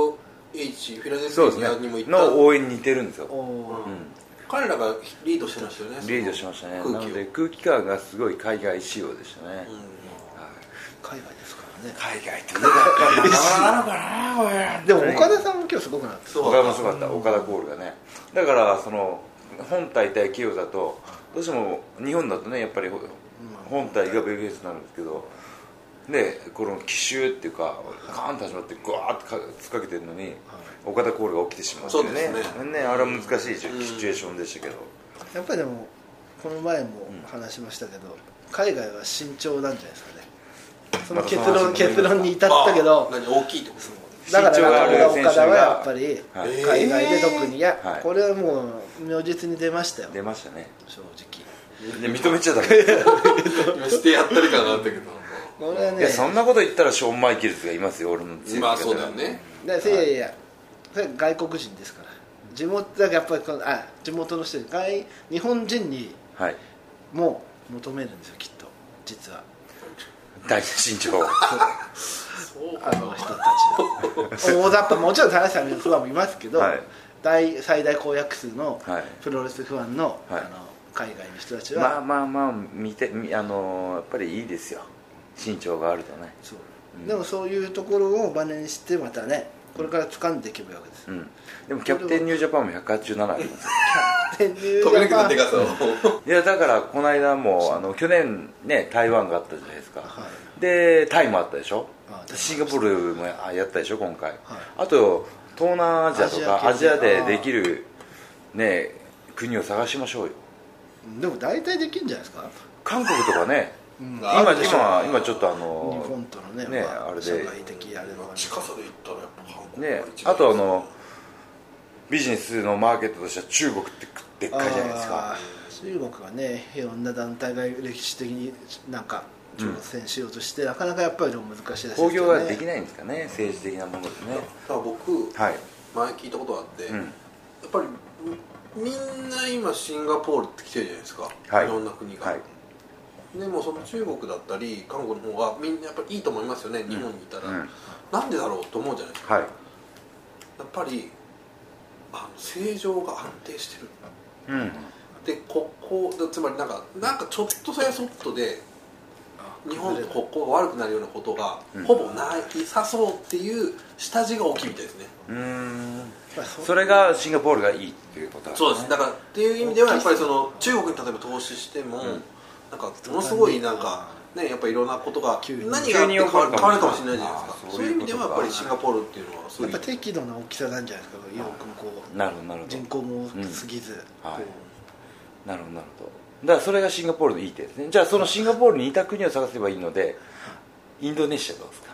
H フィラデルフそうですィアにも行ったの応援に似てるんですよ、 彼らがリードしてましたよね。 リードしましたね。なので空気感がすごい海外仕様でしたね、 海外ですからね。 海外ってなのかなでも岡田さんも今日すごくなって、 岡田もすごかった、岡田コールがね。だからその本体対清だとどうしても日本だとねやっぱり本体がベイビーフェイスになるんですけど、でこの奇襲っていうかカーンと始まってグワーッと突っかけてるのに、岡田コールが起きてしまうっていうね、あれは難しいシチュエーションでしたけど、 やっぱりでもこの前も話しましたけど、海外は慎重なんじゃないですかね。その結論に至ったけど、 大きいってことだから岡田はやっぱり海外で特に、いやこれはもう如実に出ましたよ。 出ましたね、 正直。 で認めちゃダメ今してやったり感があったけど、 これはね、 いやそんなこと言ったらショーン・マイケルズがいますよ、俺のチーム。 まあそうだよね。 いやそれ外国人ですから、地元だけやっぱり地元の人に日本人にも求めるんですよ、きっと実は。 大身長あの人たち大雑把、もちろん田中さんのファンもいますけど、最大公約数のプロレスファンの、海外の人たちはまあ見てやっぱりいいですよ、身長があるとね。 そう、でもそういうところをバネにしてまたね、これから掴んでいけばいいわけです、 でもキャプテンニュージャパンも187ありますよキャプテンニュージャパンいやだからこの間も去年ね台湾があったじゃないですか、でタイもあったでしょ、シンガポールもやったでしょ今回、あと東南アジアとかアジアでできるね国を探しましょうよ。 でも大体できるんじゃないですか、 韓国とかね、今ちょっと日本とのねあれで社会的あれは近さで言ったらやっぱ韓国ね、あとビジネスのマーケットとしては中国ってでっかいじゃないですか。 中国はね、いろんな団体が歴史的になんか挑戦しようとして、なかなかやっぱり難しいですよね。 興行ができないんですかね、政治的なものでね。 だから僕、前聞いたことがあって、やっぱりみんな今シンガポールって来てるじゃないですか、いろんな国が、でもその中国だったり韓国の方がみんなやっぱりいいと思いますよね、日本にいたら、なんでだろうと思うじゃないですか、やっぱり政情が安定してる、でつまりなんかちょっとやそっとで日本と国交が悪くなるようなことがほぼないさそうっていう下地が大きいみたいですね。 それがシンガポールがいいっていうことなんですね。 そうです。だからっていう意味ではやっぱりその中国に例えば投資しても、なんかものすごいなんかね、やっぱりいろんなことが何があって変わるかもしれないじゃないですか。そういう意味ではやっぱりシンガポールっていうのはすごいやっぱ適度な大きさなんじゃないですか。よくこうなるほど人口も過ぎず、 なるほどだからそれがシンガポールのいい点ですね。じゃあそのシンガポールにいた国を探せばいいので、インドネシアどうですか。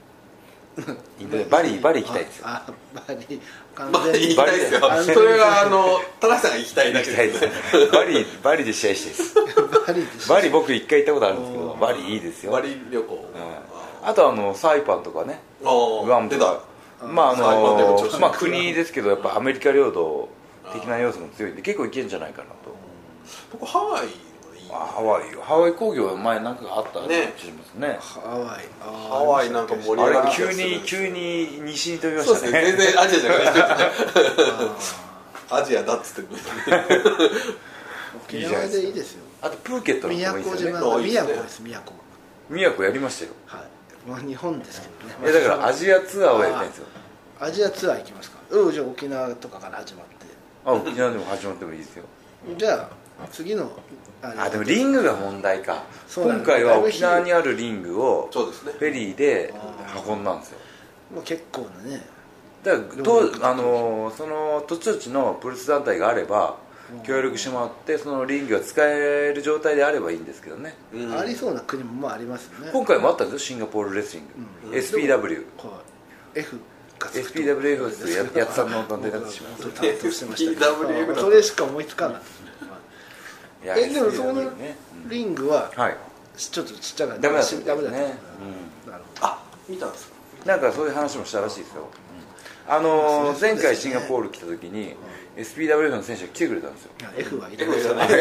バリ行きたいですよ。 バリ行きたいですよ。それは田中さんが行きたいだけです。 バリで試合したいです。バリ僕一回行ったことあるんですけど、バリいいですよ。 バリ旅行。 あとサイパンとかね、グアムとか、国ですけどやっぱアメリカ領土的な要素も強いんで結構いけるんじゃないかなと。 僕ハワイハワイ工業前なんかあったりしますね。 ハワイなんか盛り上がる。 急に西に飛びましたね。 全然アジアじゃなくてアジアだっつって沖縄でいいですよ。 あとプーケットの宮古島、宮古です。 宮古やりましたよ。 日本ですけどね。だからアジアツアーをやりたいんですよ。 アジアツアー行きますか。じゃあ沖縄とかから始まって。 沖縄でも始まってもいいですよ。 じゃあ次のでもリングが問題か。今回は沖縄にあるリングをフェリーで運んだんですよ。 もう結構なね。 だからその土地土地のプロレス団体があれば協力してもらってそのリングが使える状態であればいいんですけどね。 ありそうな国もありますよね。 今回もあったんですよ、シンガポールレスリング、SPW、SPWF ってやつさんの団体になってしまう。 SPWF それしか思いつかない。でもそのリングはちょっとちっちゃかった。 ダメだったんですね。 見たんですか。 なんかそういう話もしたらしいですよ。前回シンガポール来た時に SPWF の選手が来てくれたんですよ。 F はいるんですよね。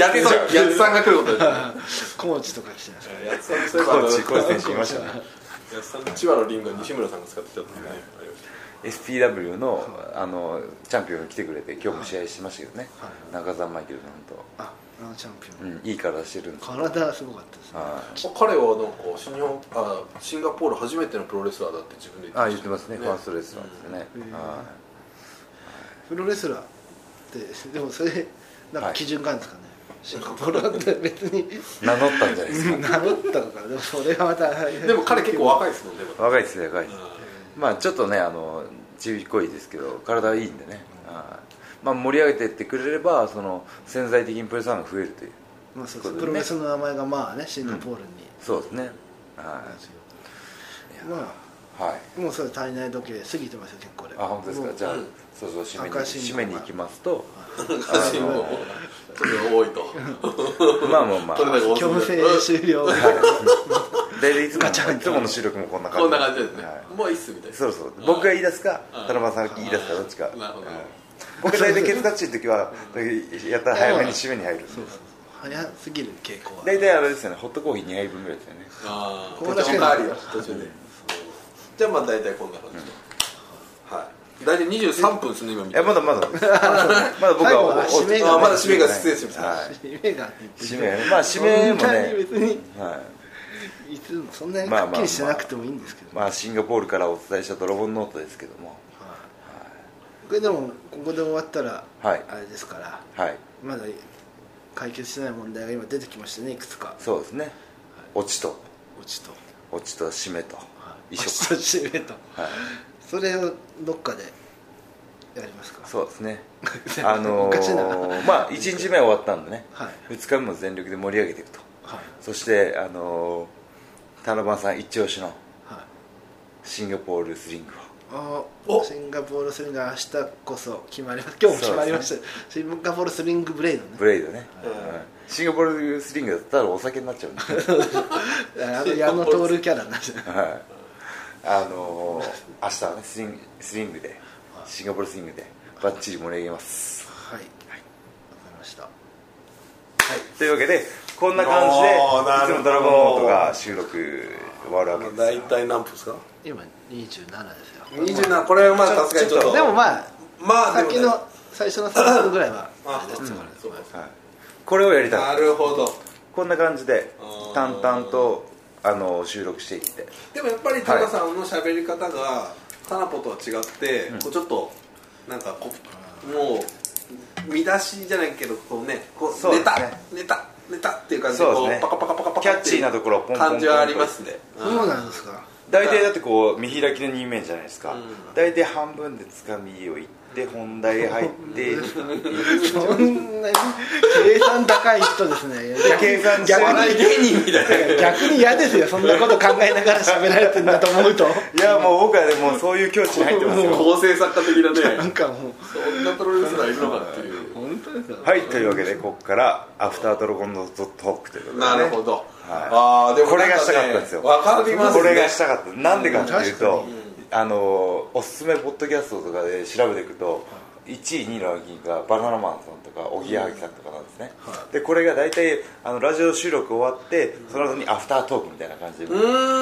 やつさんが来ることでコーチとか来てました。 やつさんそういえばコーチ選手いましたね。 安さんの千葉のリングは西村さんが使ってたっていうね、ありました。 SPW の、チャンピオンが来てくれて今日も試合しましたけどね、中澤マイケルさんとチャンピオン、 いい体してるんです。 体すごかったですね。 彼はなんかシンガポール初めてのプロレスラーだって自分で言ってますね。ファーストレスラーですね。 プロレスラーってでもそれなんか基準があるんですかね。シンガポールって別に名乗ったんじゃないですか。 名乗ったのか。でもそれはまたでも彼結構若いですもんね。 若いですね、若いです。まあちょっとねちびっこいですけど体はいいんでね、盛り上げていってくれれば潜在的にプロレスラーが増えるという、 そうですね、プロレスの名前がシンガポールに、 そうですね、 もうそれ体内時計過ぎてますよ結構で。 本当ですか。じゃあそう締めに行きますとちょっと多いと強制終了でいつもの収録もこんな感じですね。もういいっすみたいな。 そう僕が言い出すか田中さんが言い出すかどっちか。僕大体ケツタッチの時はやったら早めに締めに入る。 早すぎる傾向は大体あれですよね。ホットコーヒー2杯分ぐらいですよね。 こんな変わりよ途中で。じゃあ大体こんな感じで、大体23分ですね今見て。 まだ僕はまだ締めが失礼しました。 締めが締めもね別にいつもそんなにはっきりしなくてもいいんですけど、 シンガポールからお伝えしたドラゴンノートですけども、 これでもここで終わったらあれですから、まだ解決してない問題が今出てきましたね、いくつか。 そうですね、オチと締めと一緒か。締めと、それをどっかでやりますか。 そうですね。1日目終わったんでね、2日目も全力で盛り上げていくと。そして田中さん一押しのシンガポールスリングを、シンガポールスリングは明日こそ決まります。今日も決まりました。シンガポールスリングブレイドね。 シンガポールスリングだったらお酒になっちゃうんで矢野徹キャラになっちゃう。 明日はねスリングでシンガポールスリングでバッチリ盛り上げます。 わかりました。 というわけでこんな感じでいつもドラゴンノートが収録終わるわけです。 大体何分ですか。 今27ですよ。 27。これはさすがにちょっとでも先の最初の3分ぐらいはこれをやりたい。 なるほど。 こんな感じで淡々と収録していって。 でもやっぱりタカさんの喋り方がタナポとは違って、ちょっとなんかもう見出しじゃないけどネタっていう感じでパカパカパカパカキャッチーなところポンポンポン感じはありますね。 そうなんですか。 大体だって見開きの2面じゃないですか。大体半分でつかみを言って本題入ってそんなに計算高い人ですね。 計算逆に嫌ですよ。そんなこと考えながら喋られてるんだと思うと。 いやもう僕はもうそういう境地に入ってますよ。 構成作家的なね。 なんかもうそんなプロレスラーいるのかっていう。 本当ですか。 はい、というわけでここからアフタードラゴンのトークということで、 なるほど。 でもこれがしたかったんですよ。 わかりますね。 これがしたかった。なんでかっていうと、おすすめポッドキャストとかで調べていくと1位2位のランキングがバナナマンさんとかおぎやはぎさんとかなんですね。でこれが大体ラジオ収録終わってその後にアフタートークみたいな感じで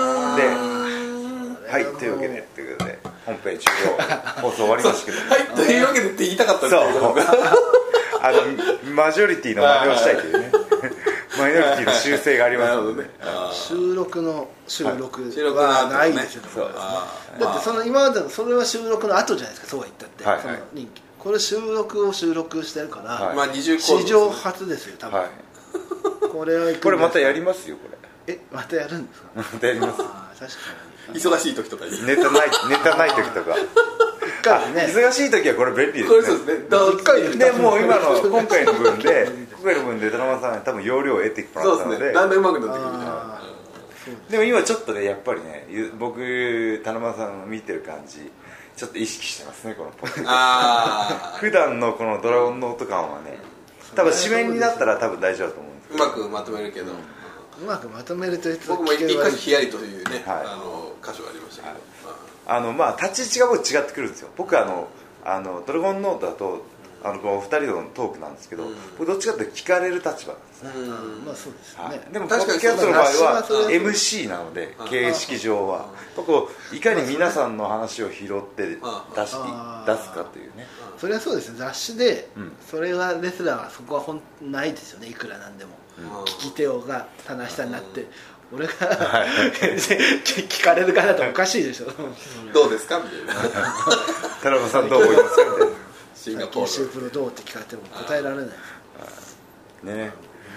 はいというわけで本編終了放送終わりましたけどはいというわけでって言いたかったんですけどマジョリティの真似をしたいというねマイノリティの修正がありますので、 収録はないですよ。だって今までのそれは収録の後じゃないですか。そうは言ったってこれ収録してるから史上初ですよ多分。これまたやりますよ。これまたやるんですか。 またやります。 確かに忙しい時とかネタない時とか忙しい時はこれ便利ですね。でもう今回の分で田中さん多分容量を得てもらったのでだんだん上手くなってくるみたいな。 でも今ちょっとねやっぱりね僕田中さんの見てる感じちょっと意識してますねこのポッドキャスト。普段のこのドラゴンノート感はね多分紙面になったら多分大丈夫だと思うんですけどうまくまとめるけどうまくまとめると僕も一箇所ヒヤリというね箇所がありましたけど立ち位置が僕違ってくるんですよ。僕ドラゴンノートだとこの2人のトークなんですけど、僕どっちかというと聞かれる立場なんですね。 まあそうですよね。 でもポッドキャストの場合は MC なので、形式上はこういかに皆さんの話を拾って出すかというね。 それはそうですよ。雑誌でそれはレスラーはそこはないですよね。いくらなんでも聞き手が棚下になって俺が聞かれるからだとおかしいでしょ。 どうですかみたいな。 田中さんどう思いますかみたいな。 最近シュープロどうって聞かれても答えられないね。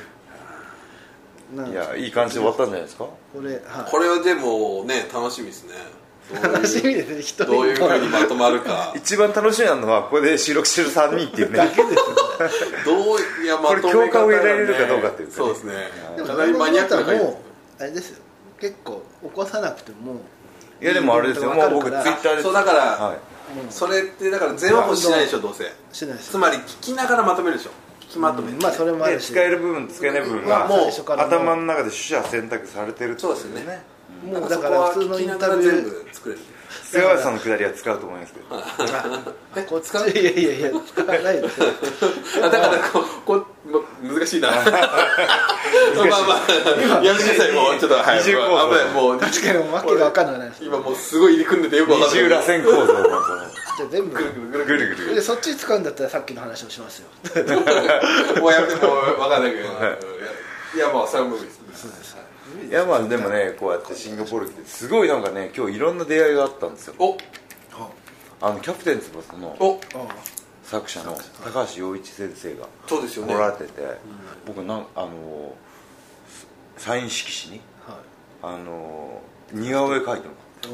いや、いい感じで終わったんじゃないですか。 これはでもね、楽しみですね。 楽しみですね。 どういう風にまとまるか。 一番楽しみなのはここで収録してる3人っていうね。 だけですよ。 これ共感を得られるかどうかっていうか。 そうですね。 かなりマニアックな回もあれですよ。結構起こさなくても。 いやでもあれですよ。もう僕ツイッターで。 そうだから。それってだから全話もしないでしょ。どうせ。 しないです。 つまり聞きながらまとめるでしょ。聞きまとめ。 まあそれもあるし。 使える部分使えない部分がもう頭の中で取捨選択されてるってことですよね。 もうだから普通のインタビュー全部作れる。 菅原さんのくだりは使うと思いますけど。 こっちいや使わないですよ。 だから難しいな。まあやめてください。もうちょっと二重構造。 もう確かにわけが分かんないです。 今もうすごい入り組んでてよく分かんない。 二重螺旋構造なんですよ。 じゃあ全部ぐるぐるでそっち使うんだったらさっきの話をしますよ。 もうやめてもう分かんないけど。いやまあそれは無理です。 そうです。 いやまあでもねこうやってシンガポール来てすごいなんかね今日いろんな出会いがあったんですよ。キャプテン翼の作者の高橋陽一先生が来られてて、僕サイン色紙に似顔絵描いてもらった。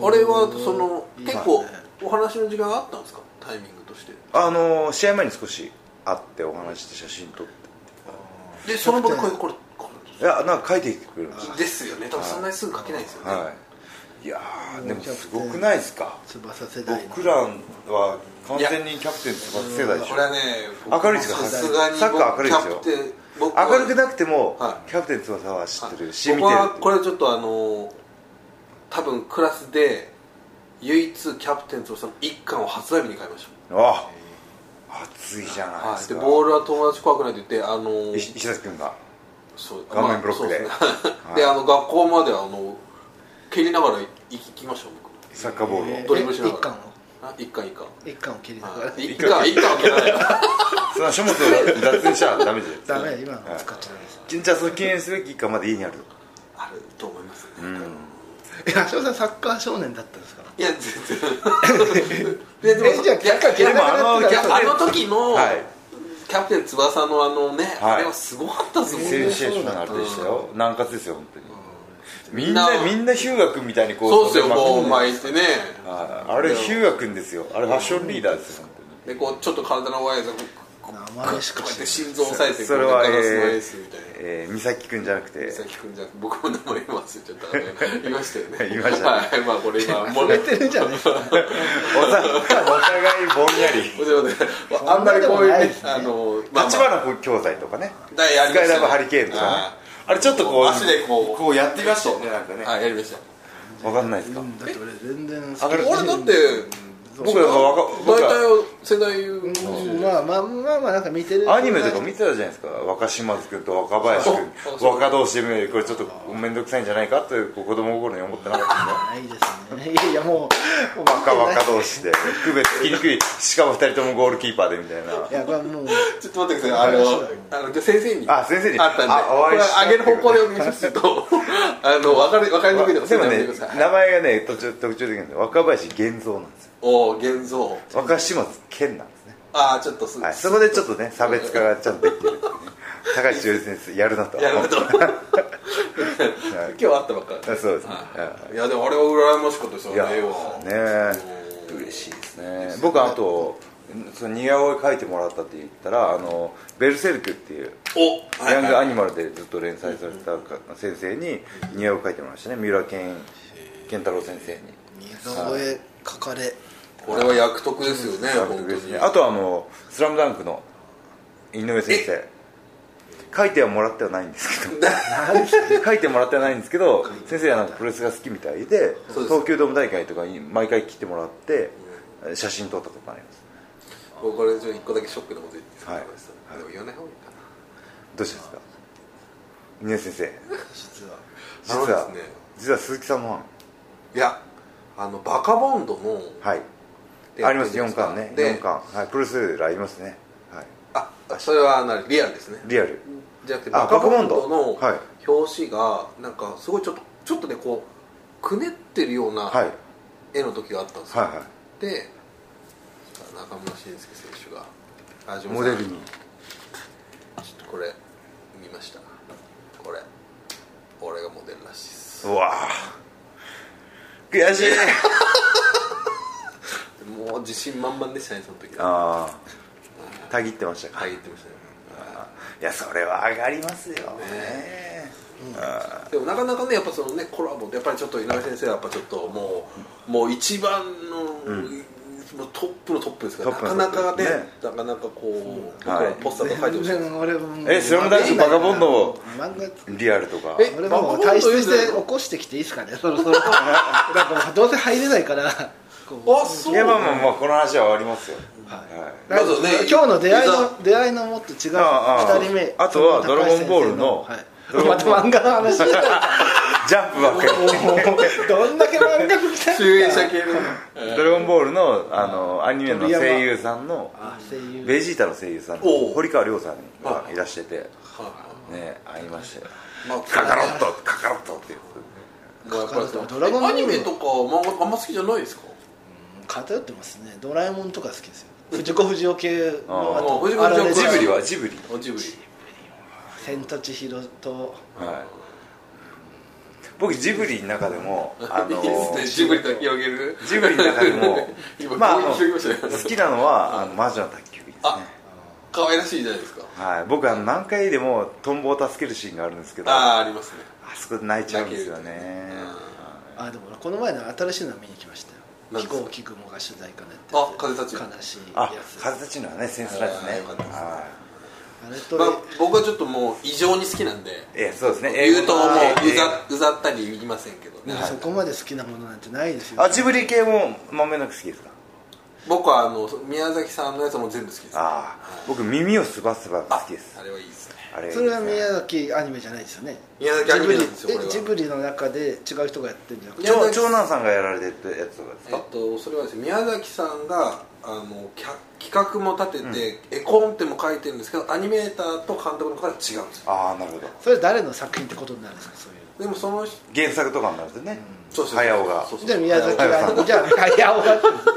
あれはその結構お話の時間があったんですか、タイミングとして。 試合前に少し会ってお話して写真撮ってでその場でこれいやなんか書いてくれるんですよね。多分そんなにすぐ書けないですよね。 いやでもすごくないですか。 翼世代僕らは完全にキャプテン翼世代でしょ。 これはね明るいですか。サッカー明るいですよ。明るくなくてもキャプテン翼は知ってるし見てる。 僕はこれちょっと多分クラスで唯一キャプテン翼の一巻を発売日に買いました。 熱いじゃないですか。 でボールは友達怖くないって言って石崎君が画面ブロックで、で学校まで蹴りながら行きました僕。 サッカーボールをドリブルしながら一巻を蹴りながら一巻を蹴らないそんな書物を雑にしちゃダメじゃないですか。 ダメ今の使っちゃダメです。 じゃあその記念すべき一巻まで家にあると思いますね。 橋本さんサッカー少年だったんですか。 いや全然。じゃああの時のキャプテン翼のあれはすごかったですもんね。 センセーショナルでしたよ。南葛ですよ本当に。みんなヒューガ君みたいにこうそうですよ。こう巻いてね。 あれヒューガ君ですよ。あれファッションリーダーですよ。 でこうちょっと体のワイヤー名前しか知らない。 心臓を押さえてそれはガラスのエースみたいな。 美咲君じゃなくて美咲君じゃなくて僕も名前忘れちゃったね。言いましたよね。 言いましたね。 はい。まあこれ今漏れてるじゃないですか。お互いぼんやり。 あんまりこういうね立花教材とかね。スカイラブハリケーンとかね。あれちょっとこう足でこうやってみましたよねなんかね。 やりました。 わかんないですか。 だって俺全然俺だって僕らが大体世代まあなんか見てるアニメとか見てたじゃないですか。若島津君と若林君若同士でこれちょっと面倒くさいんじゃないかという子供心に思ってなかったんで。ないですね。いやもう若同士で区別つきにくい。しかも2人ともゴールキーパーでみたいな。 いやこれもうちょっと待ってください。先生にあったんでこれあげる方向でお願いしますと分かりにくいのでもね名前がね特徴的に若林源三なんですよ。 現像若島津健なんですね。 ちょっとそこでちょっとね差別化がちゃんとできてるっていうね。高橋陽一先生やるなと今日会ったばっかり。 そうですね。 いやでもあれは羨ましかったですよね。 嬉しいですね。僕あとその似顔絵描いてもらったって言ったらベルセルクっていうヤングアニマルでずっと連載されてた先生に似顔絵描いてもらいましたね。三浦健太郎先生に似顔絵描かれ。 これは役得ですよね。本当に。 あとスラムダンクの井上先生書いてはもらってはないんですけど書いてもらってはないんですけど先生はなんかプロレスが好きみたいで東京ドーム大会とかに毎回来てもらって写真撮ったことあります。 僕これ1個だけショックなこと言っていいですか、 はいでも言わない方がいいかな。 どうしたんですか峰先生。実は鈴木さんのファン。 いやバカボンドのはいあります4巻ね。4巻、はい、プロレスラーありますね。はい。 それはリアルですね。 リアルじゃなくてバカボンドの表紙がなんかすごいちょっとねこうくねってるような絵の時があったんですよ。 はいはい。 で中村慎介選手がモデルにちょっとこれ見ました。これ俺がモデルらしいです。 うわ悔しいもう自信満々でしたねその時は。たぎってましたか。 たぎってましたね。 いやそれは上がりますよね。 でもなかなかねやっぱそのねコラボってやっぱりちょっと井上先生はやっぱちょっともう一番の、もうトップのトップですから、なかなかねなかなかこう僕らポスターとか書いてほしいです。 スラムダンクバカボンドリアルとか俺も退出して起こしてきていいですかねそろそろなんかどうせ入れないからいやまあこの話は終わりますよ。 まずね今日の出会いのもっと違う2人目あとはドラゴンボールのまた漫画の話じゃないジャンプばっかりどんだけ漫画見た集英社系のドラゴンボールのアニメの声優さんのベジータの声優さんの堀川亮さんがいらしててね会いましたよ。カカロットっていうアニメとか漫画あんま好きじゃないですか。 偏ってますね。ドラえもんとか好きですよ。藤子不二雄系のジブリ千と千尋と僕ジブリの中でもいいですねジブリと広げるジブリの中でもまあ好きなのは魔女の宅急便ですね。 可愛らしいじゃないですか。 はい僕何回でもトンボを助けるシーンがあるんですけどありますね。 あそこで泣いちゃうんですよね。 でもこの前の新しいの見に来ましたよ。飛行機雲が取材かねって風立ち悲しいやつ。風立ちのはねセンスないですね。 僕はちょっともう異常に好きなんでそうですね言うともううざったり言いませんけどね。 そこまで好きなものなんてないですよ。 ジブリ系もまんべんなく好きですか。 僕は宮崎さんのやつも全部好きです。 僕耳をすばすば好きです。 あれはいいですね。 それは宮崎アニメじゃないですよね。 宮崎アニメなんですよ。 ジブリの中で違う人がやってるんじゃなくて長男さんがやられてるやつとかですか。 それはですね宮崎さんが企画も立てて、絵コンテも書いてるんですけどアニメーターと監督の方が違うんですよ。 なるほど。 それ誰の作品ってことになるんですか。そういうでもその原作とかになるんですね。 早尾がじゃあ宮崎がじゃあ早尾が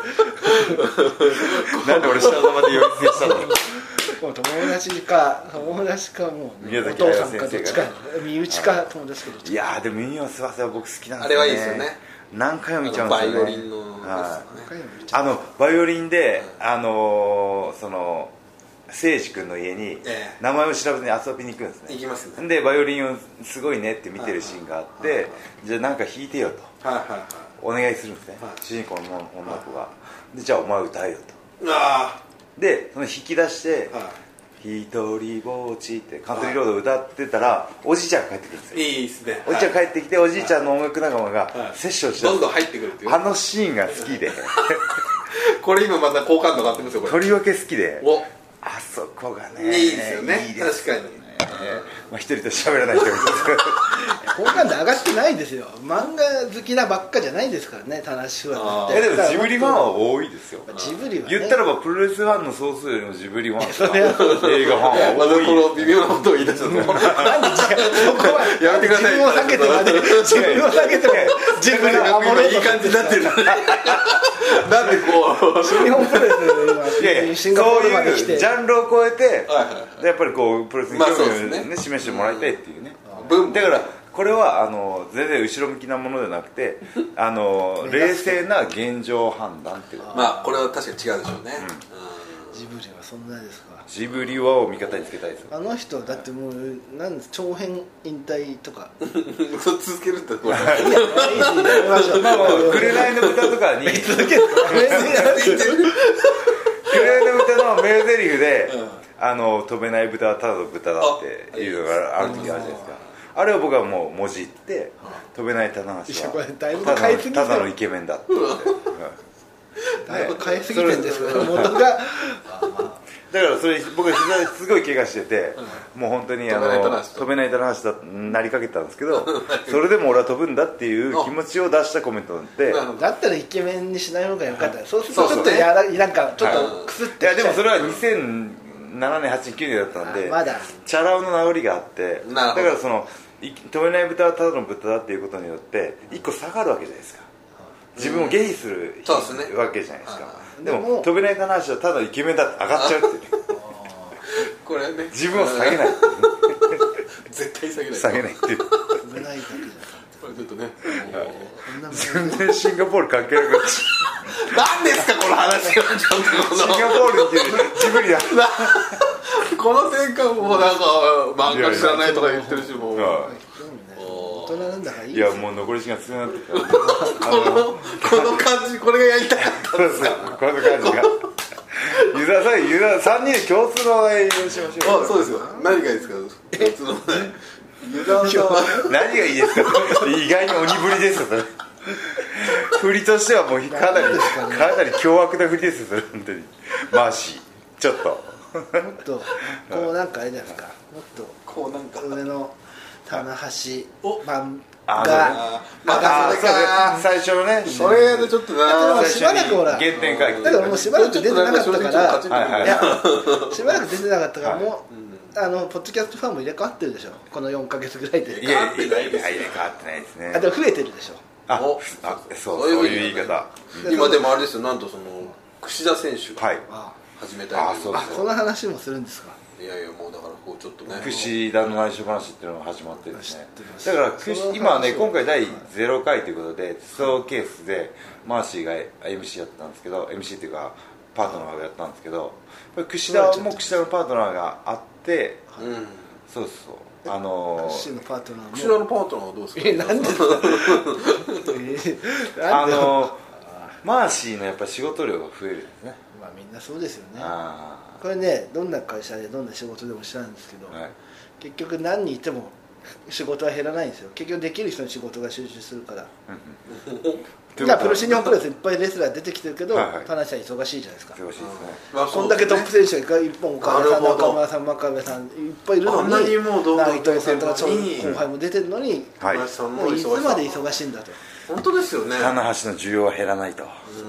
なんで俺下のまで呼び捨てしたの。 友達かもうお父さんかどっちか身内か友達かどっちか。 いやでも耳をすばせは僕好きなんですよね。 あれはいいですよね。 何回も見ちゃうんですよね。 バイオリンのバイオリンでその誠司君の家に名前を調べずに遊びに行くんですね。 行きますね。 でバイオリンをすごいねって見てるシーンがあってじゃあなんか弾いてよとお願いするんですね。主人公の女の子がでじゃあお前歌えよと。でその引き出して「ひとりぼっち」ってカントリーロード歌ってたらおじいちゃんが帰ってくるんですよ。 いいですね。 おじいちゃん帰ってきておじいちゃんの音楽仲間がセッションしてどんどん入ってくるっていうあのシーンが好きでこれ今また好感度上がってますよこれ。 とりわけ好きであそこがねいいですよね。確かに一人と喋らない人がいるんですけど好感度上がってないですよ。漫画好きなばっかじゃないですからね。田無はでもジブリファンは多いですよ。 ジブリは、ね、 言ったらばプロレスファンの総数よりもジブリファン映画ファンは多い。 この微妙なことを言い出したのなんでそこはやめてください。 自分を避けてまで自分を避けてジブリを守ろうといい感じになってるなんでこう新日本プロレス今シンガポールまで来てそういうジャンルを超えてやっぱりこうプロレスに興味を示してもらいたいっていうね。だからこれは全然後ろ向きなものでなくて冷静な現状判断っていうこれは確かに違うでしょうね。 ジブリはそんなですか。 ジブリはを味方につけたいですよ。 あの人だってもう長編引退とか続けるってこれいやいいですよ。 紅の豚とかに続ける紅の豚の名台詞で飛べない豚はただの豚だっていうのがある時あるじゃないですか。あれを僕はもうもじって飛べない棚橋はただのイケメンだって言ってだいぶ変えすぎてんですよ元がだからそれ僕は膝すごい怪我してて、もう本当に飛べない棚橋だなりかけたんですけどそれでも俺は飛ぶんだっていう気持ちを出したコメントで、 だったらイケメンにしない方がよかった。そうするとちょっとなんかちょっとクスっていやでもそれは2007年8年9年だったんでまだチャラ男の名残があって、だからその飛べない豚はただの豚だっていうことによって一個下がるわけじゃないですか。自分をゲイするわけじゃないですか。でも飛べない棚橋はただイケメンだって上がっちゃうっていうこれね自分を下げない絶対下げないっていう飛べないだけじゃこれちょっとね全然シンガポール関係なくなっちゃ何ですかこの話はちょっとシンガポールっていうジブリだこの転換もなんか漫画知らないとか言ってるしもう大人なんだからいい。 いやもう残り時間少なくなってきたこの感じこれがやりたかったんですかこの感じがユダさん3人で共通の話題をしましょう。 そうですよ。何がいいですか共通の話題ユダさん何がいいですか意外に鬼ぶりですよそれ振りとしてはもうかなり凶悪な振りですよそれ本当にマーシーちょっともっとこうなんかあれじゃないですか、もっとこうなんか上の棚橋版が最初のねそれでちょっとなしばらくほら原点回帰だからもうしばらく出てなかったからいやしばらく出てなかったからもうポッドキャストファンも入れ替わってるでしょこの4ヶ月ぐらいで。 いや入れ替わってないですね。 でも増えてるでしょ。 そういう言い方。 今でもあれですよ、なんとその櫛田選手が始めたいという。 この話もするんですか。 いやいやもうだからこうちょっとね櫛田の内緒話っていうのが始まってるんですね。だから今ね今回第0回ということで鉄道ケースでマーシーが MC やったんですけど MC っていうかパートナーがやったんですけど櫛田も櫛田のパートナーがあってそう櫛田のパートナーも櫛田のパートナーはどうですか。 なんでですかマーシーのやっぱ仕事量が増えるんですね。 まあみんなそうですよね。これねどんな会社でどんな仕事でも知らないんですけど、結局何人いても仕事は減らないんですよ。結局できる人の仕事が集中するから。プロ新日本プロレスいっぱいレスラー出てきてるけど、田中さん忙しいじゃないですか。 忙しいですね。 こんだけトップ選手が一本岡田さん中村さん真壁さんいっぱいいるのに内藤さんとか後輩も出てるのに、もういつまで忙しいんだと。 本当ですよね。 棚橋の需要は減らないと。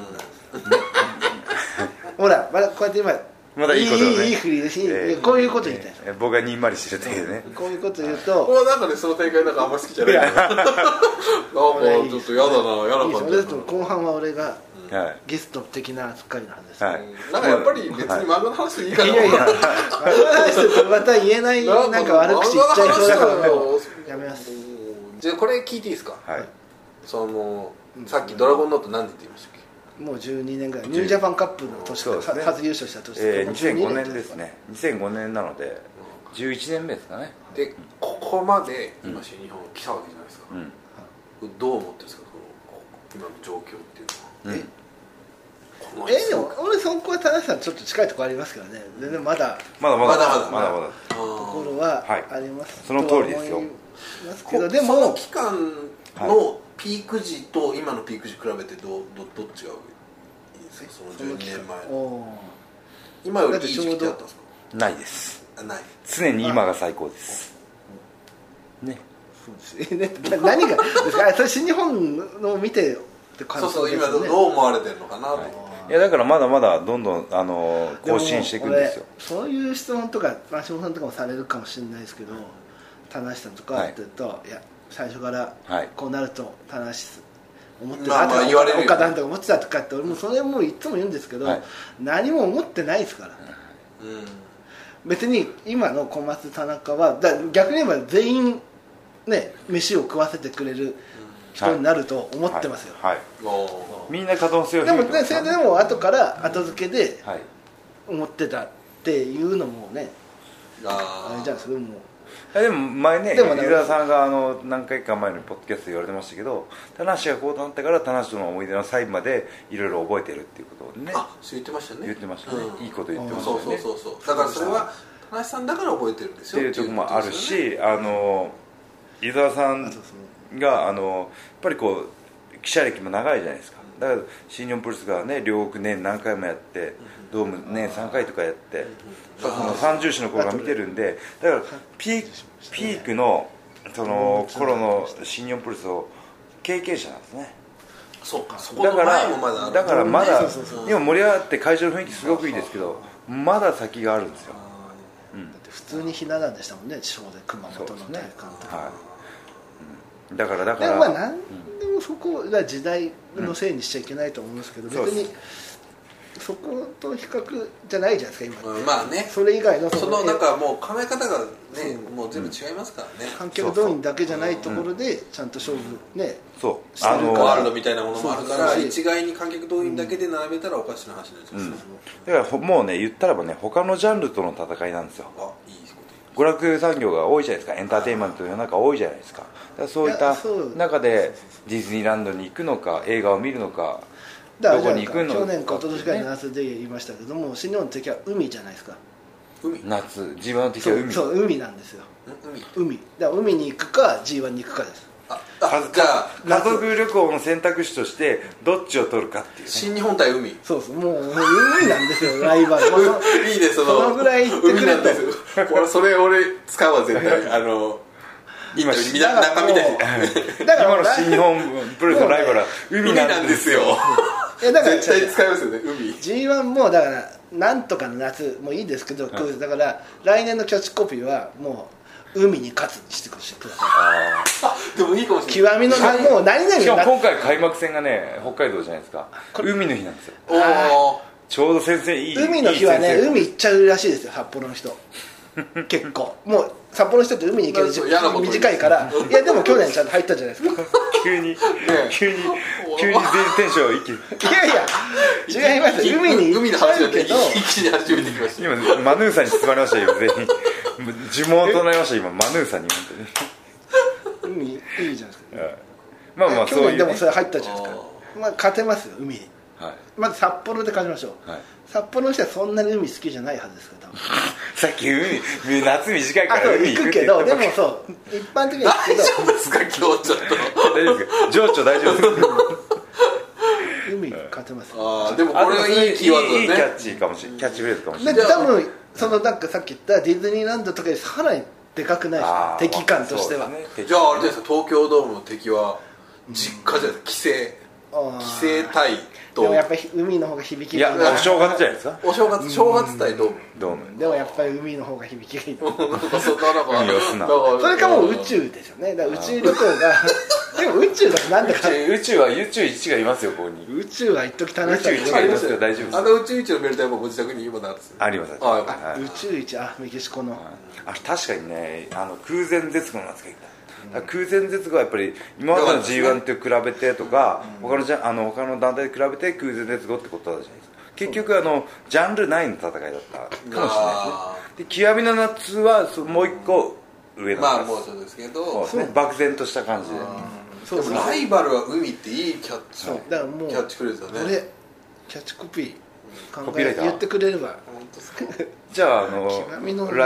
ほらまだこうやって今まだいいことね。 いい振りでし、こういうこと言いたい。 僕がにんまりしてるっていうね。 こういうこと言うと。 もうなんかねその展開なんかあんま好きじゃない。なんかちょっと嫌な感じ。 後半は俺がゲスト的な扱いなんです。 なんかやっぱり別に漫画の話でいいかな。 いやいや、漫画の話とまた言えないなんか悪口言っちゃいそうだからやめます。 じゃあこれ聞いていいですか。 はい。 そのさっきドラゴンノート何て言いましたっけ。 もう12年ぐらいニュージャパンカップの年から初優勝した年 2005年ですね。2005年なので11年目ですかね。 でここまで今新日本来たわけじゃないですか。どう思ってるんですか今の状況っていうのは。 でも俺そこは田中さんちょっと近いところありますからね。全然まだところはあります。 その通りですよ。 でもその期間のピーク時と今のピーク時比べてどっちがいいですか。その12年前の今よりいい時期ってあったんですか。 ないです。 ない。 常に今が最高ですね。 そうですね。何がですか。それ新日本の見てって感じですね。 そう今どう思われてるのかなと。 いやだからまだまだどんどん更新していくんですよ。 そういう質問とか橋本さんとかもされるかもしれないですけど、田中さんとかって言うといや最初からこうなると田中思ってたとか岡田とか思ってたとかって俺もそれもいつも言うんですけど、何も思ってないですから。別に今の小松田中は逆に言えば全員ね飯を食わせてくれる人になると思ってますよ。 みんな可能性をでもそれでも後から後付けで思ってたっていうのもねあれじゃあそれも。 でも前ね伊沢さんが何回か前のポッドキャストで言われてましたけど田無がこうなったから田無との思い出のサインまでいろいろ覚えてるっていうことをね言ってましたね。 言ってましたね。いいこと言ってましたね。 そうだからそれは田無さんだから覚えてるんですよっていうところもあるし伊沢さんがやっぱりこう記者歴も長いじゃないですか。 だから新日本プロレスがね両国年何回もやってドーム年3回とかやってその三重士の頃が見てるんで、だからピークのその頃の新日本プロレスを経験者なんですね。 そうか、そこの前もまだある。 だからまだ今盛り上がって会場の雰囲気すごくいいですけど、まだ先があるんですよ。 だって普通にひな壇でしたもんね、地方で熊本の体育館とか。 だからでもまあ何でもそこが時代のせいにしちゃいけないと思うんですけど、別にそこと比較じゃないじゃないですか今って。 まあね、 それ以外のそのなんかもう考え方がねもう全部違いますからね。 観客動員だけじゃないところでちゃんと勝負ね、 そうワールドみたいなものもあるから、一概に観客動員だけで並べたらおかしな話になっちゃう。 だからもうね言ったらばね他のジャンルとの戦いなんですよ。娯楽産業が多いじゃないですか。エンターテインメントの世の中多いじゃないですか。だからそういった中でディズニーランドに行くのか映画を見るのかどこに行くのか。 去年か一昨年ぐらいの夏で言いましたけども、新日本の敵は海じゃないですか。 夏 G1 の敵は海。 そう海なんですよ。海だから海に行くか G1 に行くかです。 じゃあ家族旅行の選択肢としてどっちを取るかっていう、ね、 新日本対海。 そうもう海なんですよライバル。 いいね、そのぐらい言ってくれと。それ俺使うわ絶対。今中みたい今の新日本プロレスのライバルは海なんですよ。 だから絶対使いますよね海。 G1 もだからなんとかの夏もいいですけど、だから来年のキャッチコピーはもう海に勝つにしてください。でもいいかもしれない。 極みのもう何々。 しかも今回開幕戦がね北海道じゃないですか。海の日なんですよ。ちょうど先生いい海の日はね海行っちゃうらしいですよ札幌の人。結構もう札幌の人って海に行ける時間短いから。いやでも去年ちゃんと入ったじゃないですか。 急に全員テンション一気に。 いや違います。海に行っちゃうけど一気に始めてきました。 今マヌーさんに包まれましたよ全員。地元となりました今マヌーさんに本当に。 海いいじゃないですか。 まあまあ去年でもそれ入ったじゃないですか。まあ勝てますよ海に。まず札幌で勝ちましょう。札幌の人はそんなに海好きじゃないはずですけど。 さっき夏短いから海行くけど、でもそう一般的には行くけど。 大丈夫ですか今日ちょっと。 大丈夫ですか情緒大丈夫ですか。 海勝てます。 でもこれはいいキーワードだね。 いいキャッチかもしれない。キャッチフレーズかもしれない。 多分そのなんかさっき言ったディズニーランドとかよりさらにでかくないですか敵感としては。 じゃああれですよ、東京ドームの敵は実家じゃないですか。帰省隊と。 でもやっぱり海の方が響きがいい。いやお正月じゃないですか。 正月隊ドーム。 でもやっぱり海の方が響きがいい。 それかもう宇宙ですよね。だから宇宙旅行がでも宇宙だとなんでか。 宇宙は宇宙1がいますよここに。 宇宙は一時楽しかった。 宇宙1がいますよ大丈夫です。 宇宙1のベルトはご自宅に今だんですよ。 あります。 宇宙1メキシコの。 確かにね空前絶後のやつがいた。空前絶後はやっぱり今までの G1 と比べてとか他の団体で比べて空前絶後ってことだじゃないですか。結局ジャンル内の戦いだったかもしれないですね。で極みの夏はもう一個上のまあもうそうですけど漠然とした感じで。 でもライバルは海っていいキャッチフレーズだね。 これキャッチコピー言ってくれれば。 じゃあ来年の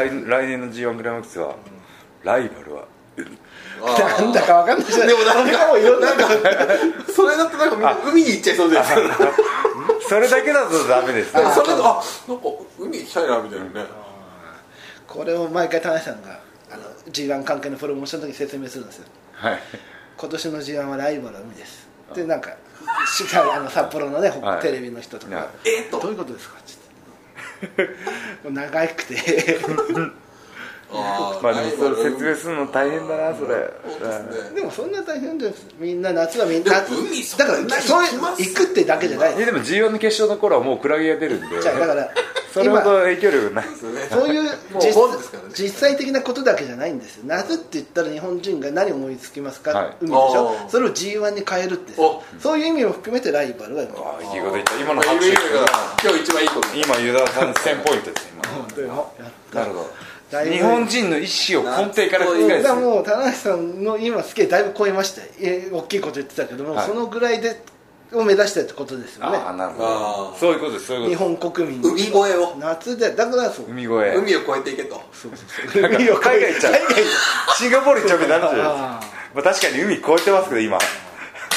G1 グランマックスはライバルはなんだか分かんないじゃない。でもなんかもういろんなそれだとなんかみんな海に行っちゃいそうです。 それだけだとダメですね。 それだとなんか海行きたいなみたいなね。 これを毎回田中さんがG1 関係のプロモーションの時に説明するんですよ。今年の G1 はライバルは海です。でなんか札幌のねテレビの人とかどういうことですかって長くて。 まあでもそれ説明するの大変だなそれ。 でもそんな大変です。みんな夏はみんなだからそういう行くってだけじゃない。 でも G1 の決勝の頃はもうクラゲが出るんで。 だからそれほど影響力ないですよね。 そういう実際的なことだけじゃないんですよ。夏って言ったら日本人が何思いつきますか。海でしょ。それを G1 に変えるってそういう意味を含めてライバルは。いいこと言った。今の拍手が今日一番いいこと。 今ユダさん1000ポイントです今。なるほど。日本人の意思を根底から覆す。 だもう田中さんの今スケールだいぶ超えました。大きいこと言ってたけども、そのぐらいでを目指してってことですよね。 なるほど。そういうことです。 日本国民海越えを夏でだからそう海越え海を越えていけと。 海を海外行っちゃう。シンガポール行っちゃうみたいになるじゃないですか。確かに海越えてますけど今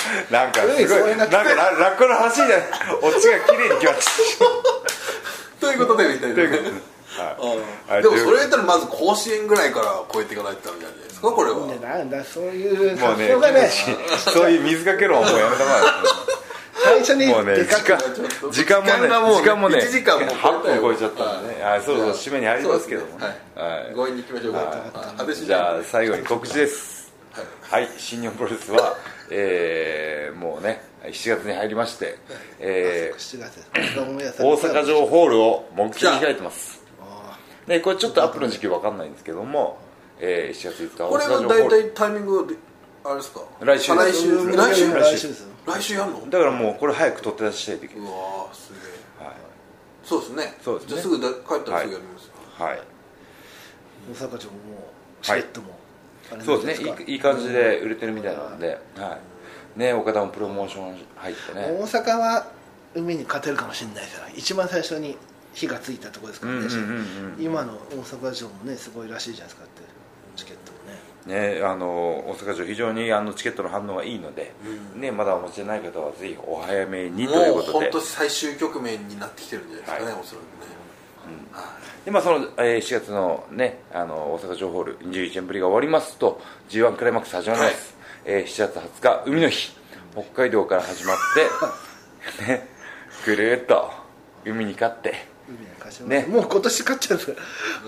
なんかすごいなんかラッコの話じゃないオチが綺麗に決まってということでみたいな、はい、でもそれ言ったらまず甲子園ぐらいから超えていかないとダメなんじゃないですかこれは。 なんだそういうもうねそういう水かけ論はもうやめたまえ最初にもうね時間もね 1時間も 8分超えちゃったんでね、そうそう締めに入りますけどもね、 強引にいきましょうか。 じゃあ最後に告知です。はい、新日本プロレスはもうね7月に入りまして、大阪城ホールを目標に開いてます。でこれちょっとアップの時期わかんないんですけども、7月5日これは大体タイミングあれですか。 来週来週やんの。 だからもうこれ早く取って出したいとき。 うわーすげえ、はい、そうですね。じゃあすぐ帰ったらすぐやりますよ。はい、 大阪城もチケットも、 そうですね、いい感じで売れてるみたいなので、はいね、岡田もプロモーション入ってね。大阪は海に勝てるかもしれないですよ。一番最初に火がついたところですからね。今の大阪城もねすごいらしいじゃないですかってチケットもね。 ね、大阪城非常にチケットの反応がいいので、ね、まだお持ちでない方はぜひお早めにということで。 もう本当最終局面になってきてるんじゃないですかね、おそらくね。 でその7月のね大阪城ホール21年ぶりが終わりますと G1 クライマックス始まります。7月20日海の日、北海道から始まってねぐるーっと海に勝ってね、もう今年勝っちゃうんですか。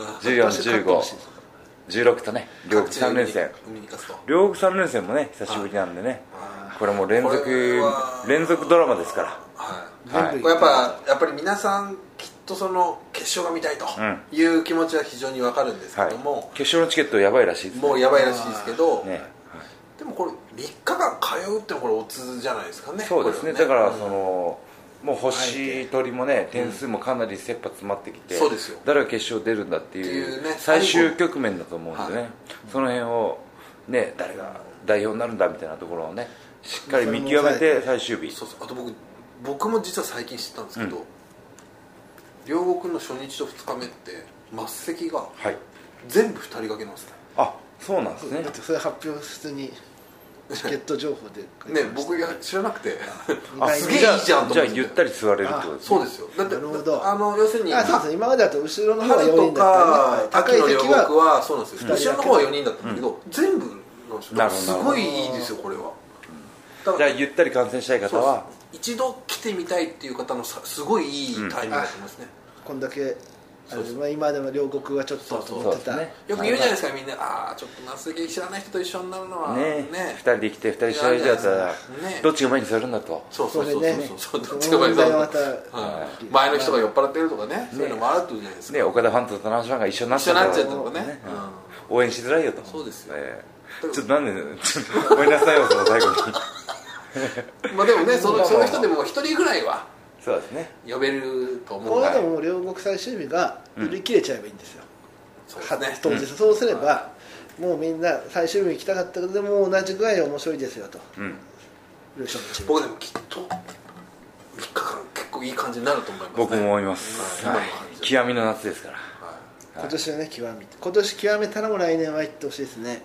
14、15、16とね両国3連戦、両国3連戦もね久しぶりなんでね、これも連続ドラマですから、 やっぱり皆さんきっとその決勝が見たいという気持ちは非常に分かるんですけども、 決勝のチケットやばいらしいですね。 もうやばいらしいですけど、でもこれ3日間通うってのはこれオツじゃないですかね。 そうですね、だからもう星取りもね点数もかなり切羽詰まってきて、誰が決勝出るんだっていう最終局面だと思うんでね、その辺をね誰が代表になるんだみたいなところをねしっかり見極めて最終日。 あと僕も実は最近知ったんですけど、両国の初日と2日目って末席が全部2人掛けなんですね。 あ、そうなんですね。 だってそれ発表普通にチケット情報でね、僕が知らなくてすげえいいじゃんと思って。 じゃあゆったり座れるってことですね。 そうですよ。だって要するにそうですね、今までだと後ろの方は4人だった高い席はそうなんですよ。後ろの方は4人だったんだけど、全部の人すごいいいですよこれは。 じゃあゆったり観戦したい方は一度来てみたいっていう方のすごいいいタイミングだと思いますね。 こんだけ今でも両国はちょっと思ってた。 よく言うじゃないですかみんな、ちょっと那須劇知らない人と一緒になるのはね、 2人で来て2人知らない人だったらどっちが前に座るんだと。 そうどっちが前に座るんだと。前の人が酔っ払ってるとかね、そういうのもあるってじゃないですか。 岡田ファンと田中ファンが一緒になっちゃったとかね、応援しづらいよと。 そうですよ。 ちょっとなんでごめんなさいよその最後に。 まあでもね、その人でも1人ぐらいはそうですね呼べると思う。 これでも両国最終日が売り切れちゃえばいいんですよ。当日そうすればもうみんな最終日に行きたかったけどでも同じぐらい面白いですよと。 僕でもきっと3日間結構いい感じになると思います。 僕も思います。極みの夏ですから。 今年はね今年極めたらも来年は行ってほしいですね。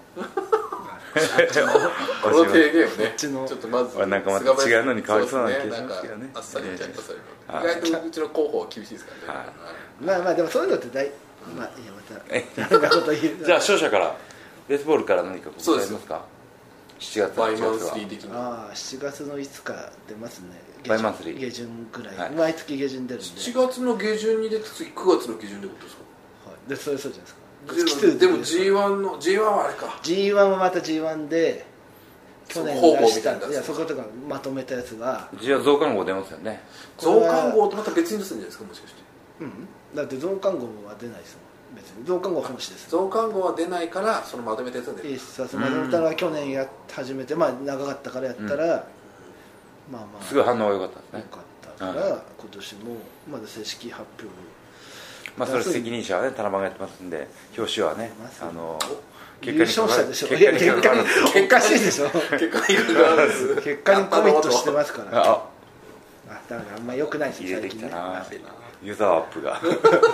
この提言をねちょっとまずなんかまた違うのに変わりそうな気がしますけどね。 あっさり言っちゃいます意外とうちの広報は厳しいですからね。 まあでもそういうのってまたなんかこと言う。 じゃあ勝者からベースボールから何かございますか。7月バイマンスリー的に 7月の5日出ますね。 バイマンスリー下旬くらい毎月下旬出るんで 7月の下旬に出て次9月の下旬ってことですか。 でそれそうじゃないですか。 でも G1 はあれか G1 はまた G1 で去年出したそことかまとめたやつが G1 増刊号出ますよね。 増刊号とまた別に出すんじゃないですかもしかして。 だって増刊号は出ないですもん別に。増刊号は本誌です。 増刊号は出ないからそのまとめたやつが出る。 まとめたのは去年始めて長かったからやったらすごい反応が良かったですね。 良かったから今年もまだ正式発表それ責任者はね田中がやってますんで表紙はね優勝者でしょ。おかしいでしょ。結果にコミットしてますからだからあんま良くないですよ。入れてきたなユーザーアップが。 あ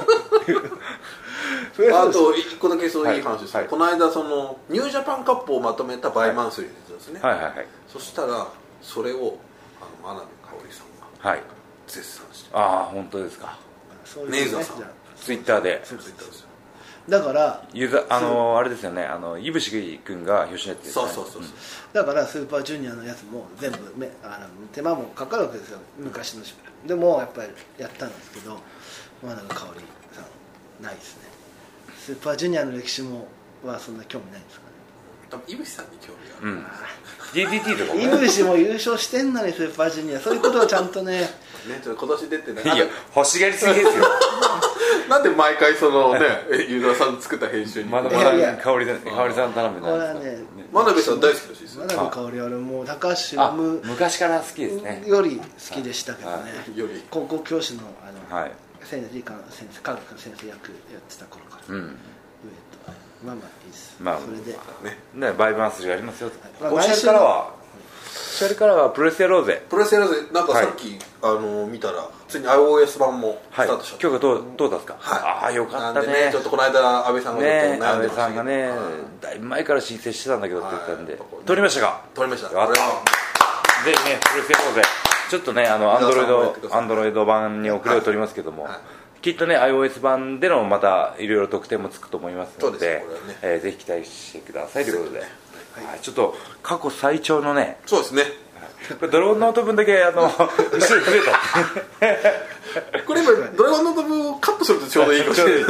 と1個だけそういういい話です。この間そのニュージャパンカップをまとめたバイマンスリーですね。そしたらそれを真鍋かおりさんが絶賛して、 ああ本当ですか。 ネイザーさんツイッターでだからあれですよね、いぶし君が表紙のやつですね。 そう、 だからスーパージュニアのやつも全部手間もかかるわけですよ、昔のでもやっぱりやったんですけど、真鍋かおりさんないですね。スーパージュニアの歴史はそんな興味ないんですかね。 多分いぶしさんに興味がある、DDT とかもいぶしも優勝してんのにスーパージュニア、そういうことをちゃんとねちょっと今年出てない。 いや欲しがりすぎですよなんで毎回そのねユーザーさん作った編集に真鍋かおりさん頼むんなんですか。 真鍋さん大好きらしいですよ。 真鍋かおりはもう高橋由昔から好きですね。 より好きでしたけどね、高校教師の先生、理科の先生、科学の先生役やってた頃から、まあいいです。それでバイバンスがありますよ。おしゃれからはプロレスやろうぜ。 なんかさっき見たらついに iOS 版もスタートしちゃった。 今日がどうだったですか。ああよかったね。 ちょっとこの間安倍さんが安倍さんがねだいぶ前から申請してたんだけどって言ったんで取りましたか。 取りました。 ぜひねプロレスやろうぜ。ちょっとねアンドロイド版に遅れを取りますけども、きっとね iOS 版でのまたいろいろ特典もつくと思いますので、ぜひ期待してくださいということで、ちょっと過去最長のね。 そうですね。 ドラゴンノート分だけ後ろに増えたこれ今ドラゴンノート分をカットするとちょうどいいかもしれない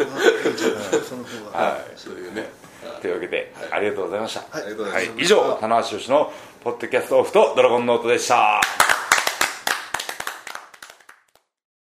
というわけでありがとうございました。以上棚橋宏のポッドキャストオフとドラゴンノートでした。